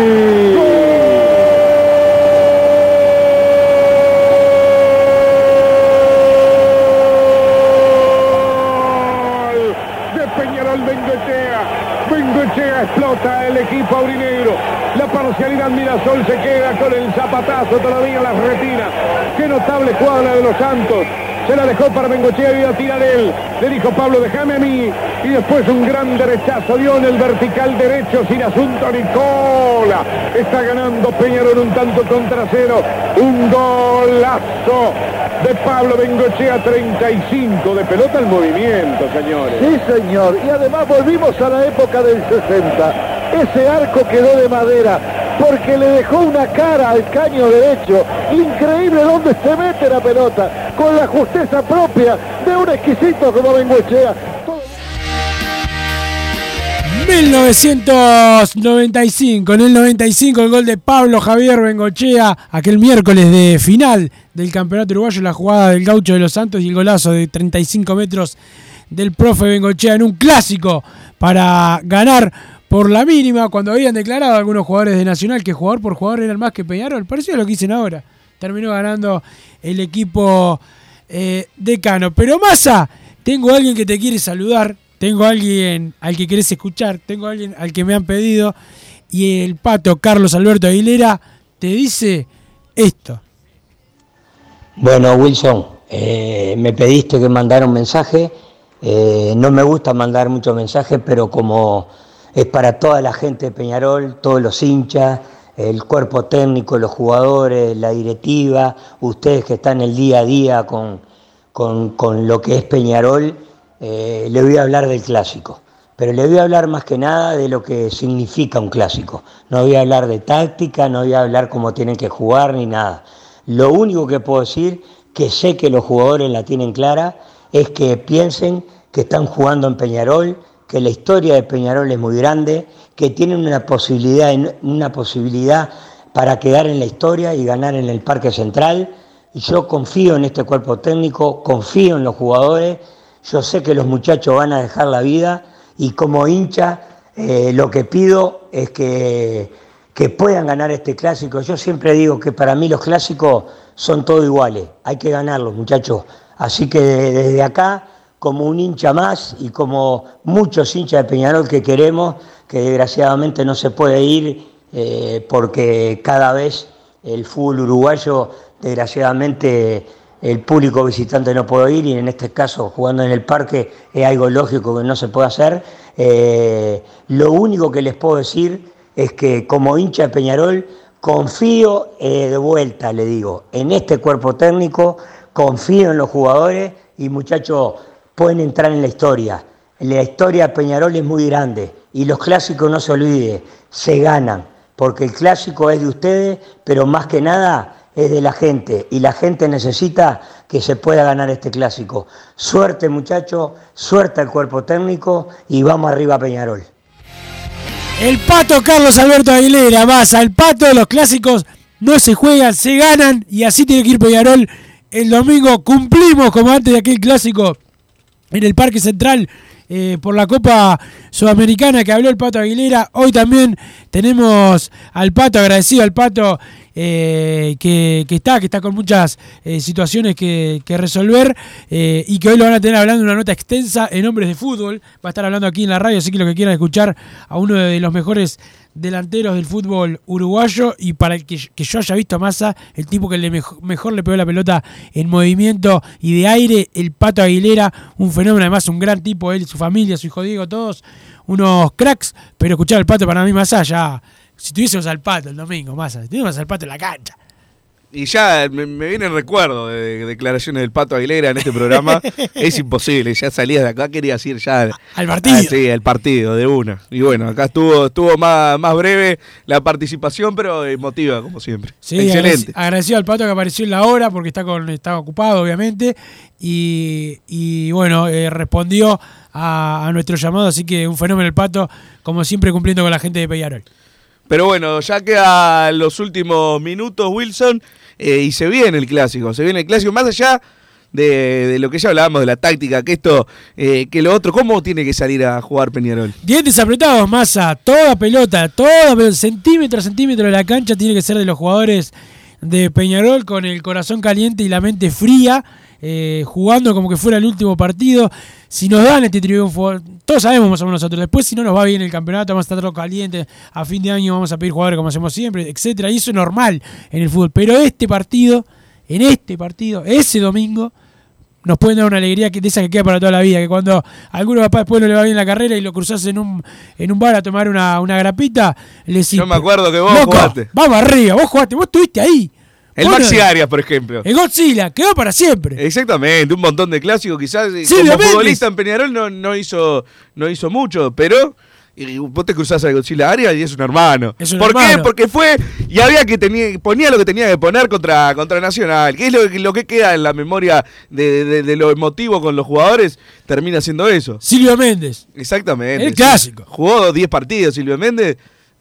¡Gol! De Peñarol Bengochea explota el equipo aurinegro. La parcialidad Mirasol se queda con el zapatazo todavía en las retinas. Qué notable jugada de los Santos. Se la dejó para Bengochea y iba a tirar él. Le dijo Pablo, déjame a mí. Y después un gran derechazo dio en el vertical derecho sin asunto Nicola. Está ganando Peñarol un tanto contra cero. Un golazo de Pablo Bengochea, 35 de pelota en movimiento, señores. Sí, señor. Y además volvimos a la época del 60. Ese arco quedó de madera porque le dejó una cara al caño derecho. Increíble dónde se mete la pelota, con la justeza propia de un exquisito como Bengochea. 1995, en el 95 el gol de Pablo Javier Bengochea, aquel miércoles de final del campeonato uruguayo, la jugada del Gaucho de los Santos y el golazo de 35 metros del profe Bengochea en un clásico para ganar por la mínima, cuando habían declarado algunos jugadores de Nacional que jugador por jugador eran más que Peñarol. Parecido a lo que dicen ahora. Terminó ganando el equipo Decano. Pero Massa, tengo a alguien que te quiere saludar, tengo a alguien al que querés escuchar, tengo a alguien al que me han pedido, y el Pato Carlos Alberto Aguilera te dice esto. Bueno, Wilson, me pediste que mandara un mensaje. No me gusta mandar muchos mensajes, pero como es para toda la gente de Peñarol, todos los hinchas, el cuerpo técnico, los jugadores, la directiva, ustedes que están el día a día con lo que es Peñarol, le voy a hablar del clásico. Pero le voy a hablar más que nada de lo que significa un clásico. No voy a hablar de táctica, no voy a hablar cómo tienen que jugar ni nada. Lo único que puedo decir, que sé que los jugadores la tienen clara, es que piensen que están jugando en Peñarol, que la historia de Peñarol es muy grande, que tienen una posibilidad para quedar en la historia y ganar en el Parque Central. Yo confío en este cuerpo técnico, confío en los jugadores, yo sé que los muchachos van a dejar la vida y como hincha lo que pido es que puedan ganar este clásico. Yo siempre digo que para mí los clásicos son todos iguales, hay que ganarlos, muchachos. Así que desde acá, como un hincha más y como muchos hinchas de Peñarol que queremos, que desgraciadamente no se puede ir porque cada vez el fútbol uruguayo, desgraciadamente el público visitante no puede ir y en este caso jugando en el parque es algo lógico que no se puede hacer. Lo único que les puedo decir es que como hincha de Peñarol confío de vuelta, le digo, en este cuerpo técnico, confío en los jugadores y muchachos pueden entrar en la historia. La historia de Peñarol es muy grande y los clásicos no se olvide, se ganan, porque el clásico es de ustedes, pero más que nada es de la gente y la gente necesita que se pueda ganar este clásico. Suerte muchachos, suerte al cuerpo técnico y vamos arriba a Peñarol. El Pato Carlos Alberto Aguilera, Massa, el Pato de los clásicos no se juegan, se ganan y así tiene que ir Peñarol. El domingo cumplimos como antes de aquel clásico en el Parque Central por la Copa Sudamericana que habló el Pato Aguilera. Hoy también tenemos al Pato, agradecido al Pato que está con muchas situaciones que resolver y que hoy lo van a tener hablando en una nota extensa en Hombres de Fútbol. Va a estar hablando aquí en la radio, así que lo que quieran escuchar a uno de los mejores delanteros del fútbol uruguayo y para el que yo haya visto a Massa, el tipo que mejor le pegó la pelota en movimiento y de aire, el Pato Aguilera, un fenómeno, además un gran tipo, él, su familia, su hijo Diego, todos unos cracks, pero escuchar al Pato para mí Massa ya, si tuviésemos al Pato el domingo, Massa, si tuviésemos al Pato en la cancha. Y ya me viene el recuerdo de declaraciones del Pato Aguilera en este programa. Es imposible, ya salías de acá, querías ir ya al partido. Sí, al partido, de una. Y bueno, acá estuvo más breve la participación, pero emotiva, como siempre. Sí, excelente. Agradecido al Pato que apareció en la hora, porque estaba ocupado, obviamente. Y bueno, respondió a nuestro llamado, así que un fenómeno el Pato, como siempre cumpliendo con la gente de Peñarol. Pero bueno, ya quedan los últimos minutos, Wilson, y se viene el clásico, más allá de lo que ya hablábamos, de la táctica, que esto, que lo otro, ¿cómo tiene que salir a jugar Peñarol? Dientes apretados, Massa, toda pelota, centímetro a centímetro de la cancha tiene que ser de los jugadores de Peñarol con el corazón caliente y la mente fría, jugando como que fuera el último partido. Si nos dan este triunfo, todos sabemos más o menos nosotros, después si no nos va bien el campeonato, vamos a estar todo calientes, a fin de año vamos a pedir jugadores como hacemos siempre, etcétera, y eso es normal en el fútbol, pero en este partido, ese domingo, nos pueden dar una alegría de esa que queda para toda la vida, que cuando a alguno papá después no le va bien la carrera y lo cruzás en un bar a tomar una grapita, le decís, yo me acuerdo que vos jugaste. Vamos arriba, vos jugaste, vos estuviste ahí. El Maxi Arias, por ejemplo. El Godzilla, quedó para siempre. Exactamente, un montón de clásicos quizás. Sí, como futbolista en Peñarol no hizo mucho, pero vos te cruzás al Godzilla Arias y es un hermano. ¿Por qué? Porque fue y ponía lo que tenía que poner contra Nacional, que es lo que queda en la memoria de lo emotivo con los jugadores, termina siendo eso. Silvio Méndez. Exactamente. El clásico. Jugó 10 partidos Silvio Méndez.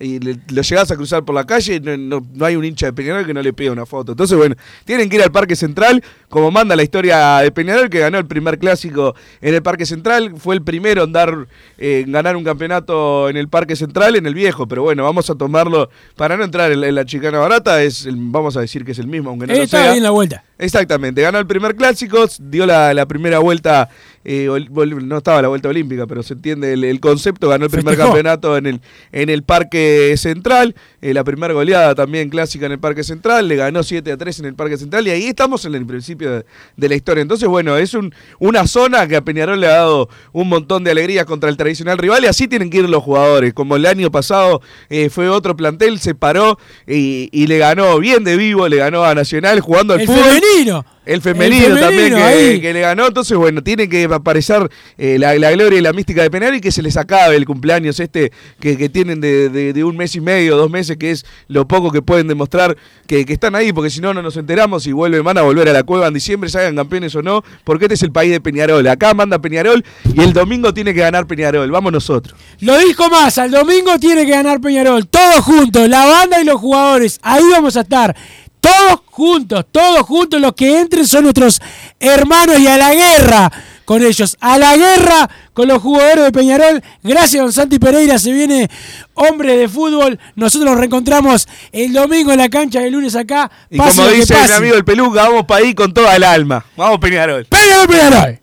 y lo llegás a cruzar por la calle, no hay un hincha de Peñarol que no le pida una foto. Entonces, bueno, tienen que ir al Parque Central, como manda la historia de Peñarol, que ganó el primer clásico en el Parque Central, fue el primero en ganar un campeonato en el Parque Central, en el viejo, pero bueno, vamos a tomarlo, para no entrar en la chicana barata, vamos a decir que es el mismo, aunque no lo sea. Está bien la vuelta. Exactamente, ganó el primer clásico, dio la primera vuelta, no estaba la vuelta olímpica, pero se entiende el concepto, ganó el primer campeonato en el Parque Central, la primera goleada también clásica en el Parque Central, le ganó 7-3 en el Parque Central y ahí estamos en el principio de la historia. Entonces, bueno, es una zona que a Peñarol le ha dado un montón de alegrías contra el tradicional rival y así tienen que ir los jugadores, como el año pasado fue otro plantel, se paró y le ganó bien de vivo, le ganó a Nacional jugando al fútbol. El femenino también que le ganó. Entonces, bueno, tiene que aparecer la gloria y la mística de Peñarol y que se les acabe el cumpleaños que tienen de 1 mes y medio, 2 meses, que es lo poco que pueden demostrar que están ahí, porque si no nos enteramos y van a volver a la cueva en diciembre, se hagan campeones o no, porque este es el país de Peñarol. Acá manda Peñarol y el domingo tiene que ganar Peñarol. Vamos nosotros. Lo dijo Massa, el domingo tiene que ganar Peñarol. Todos juntos, la banda y los jugadores. Ahí vamos a estar. Todos juntos, los que entren son nuestros hermanos y a la guerra con ellos, a la guerra con los jugadores de Peñarol. Gracias, don Santi Pereira, se viene hombre de fútbol. Nosotros nos reencontramos el domingo en la cancha, el lunes acá. Y como dice mi amigo el Peluca, vamos para ahí con toda el alma. Vamos Peñarol. Peñarol.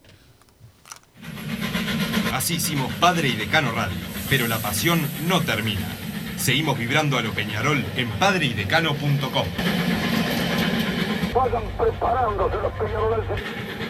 Así hicimos Padre y Decano Radio, pero la pasión no termina. Seguimos vibrando a lo Peñarol en padreidecano.com. Vayan preparándose los Peñarolenses.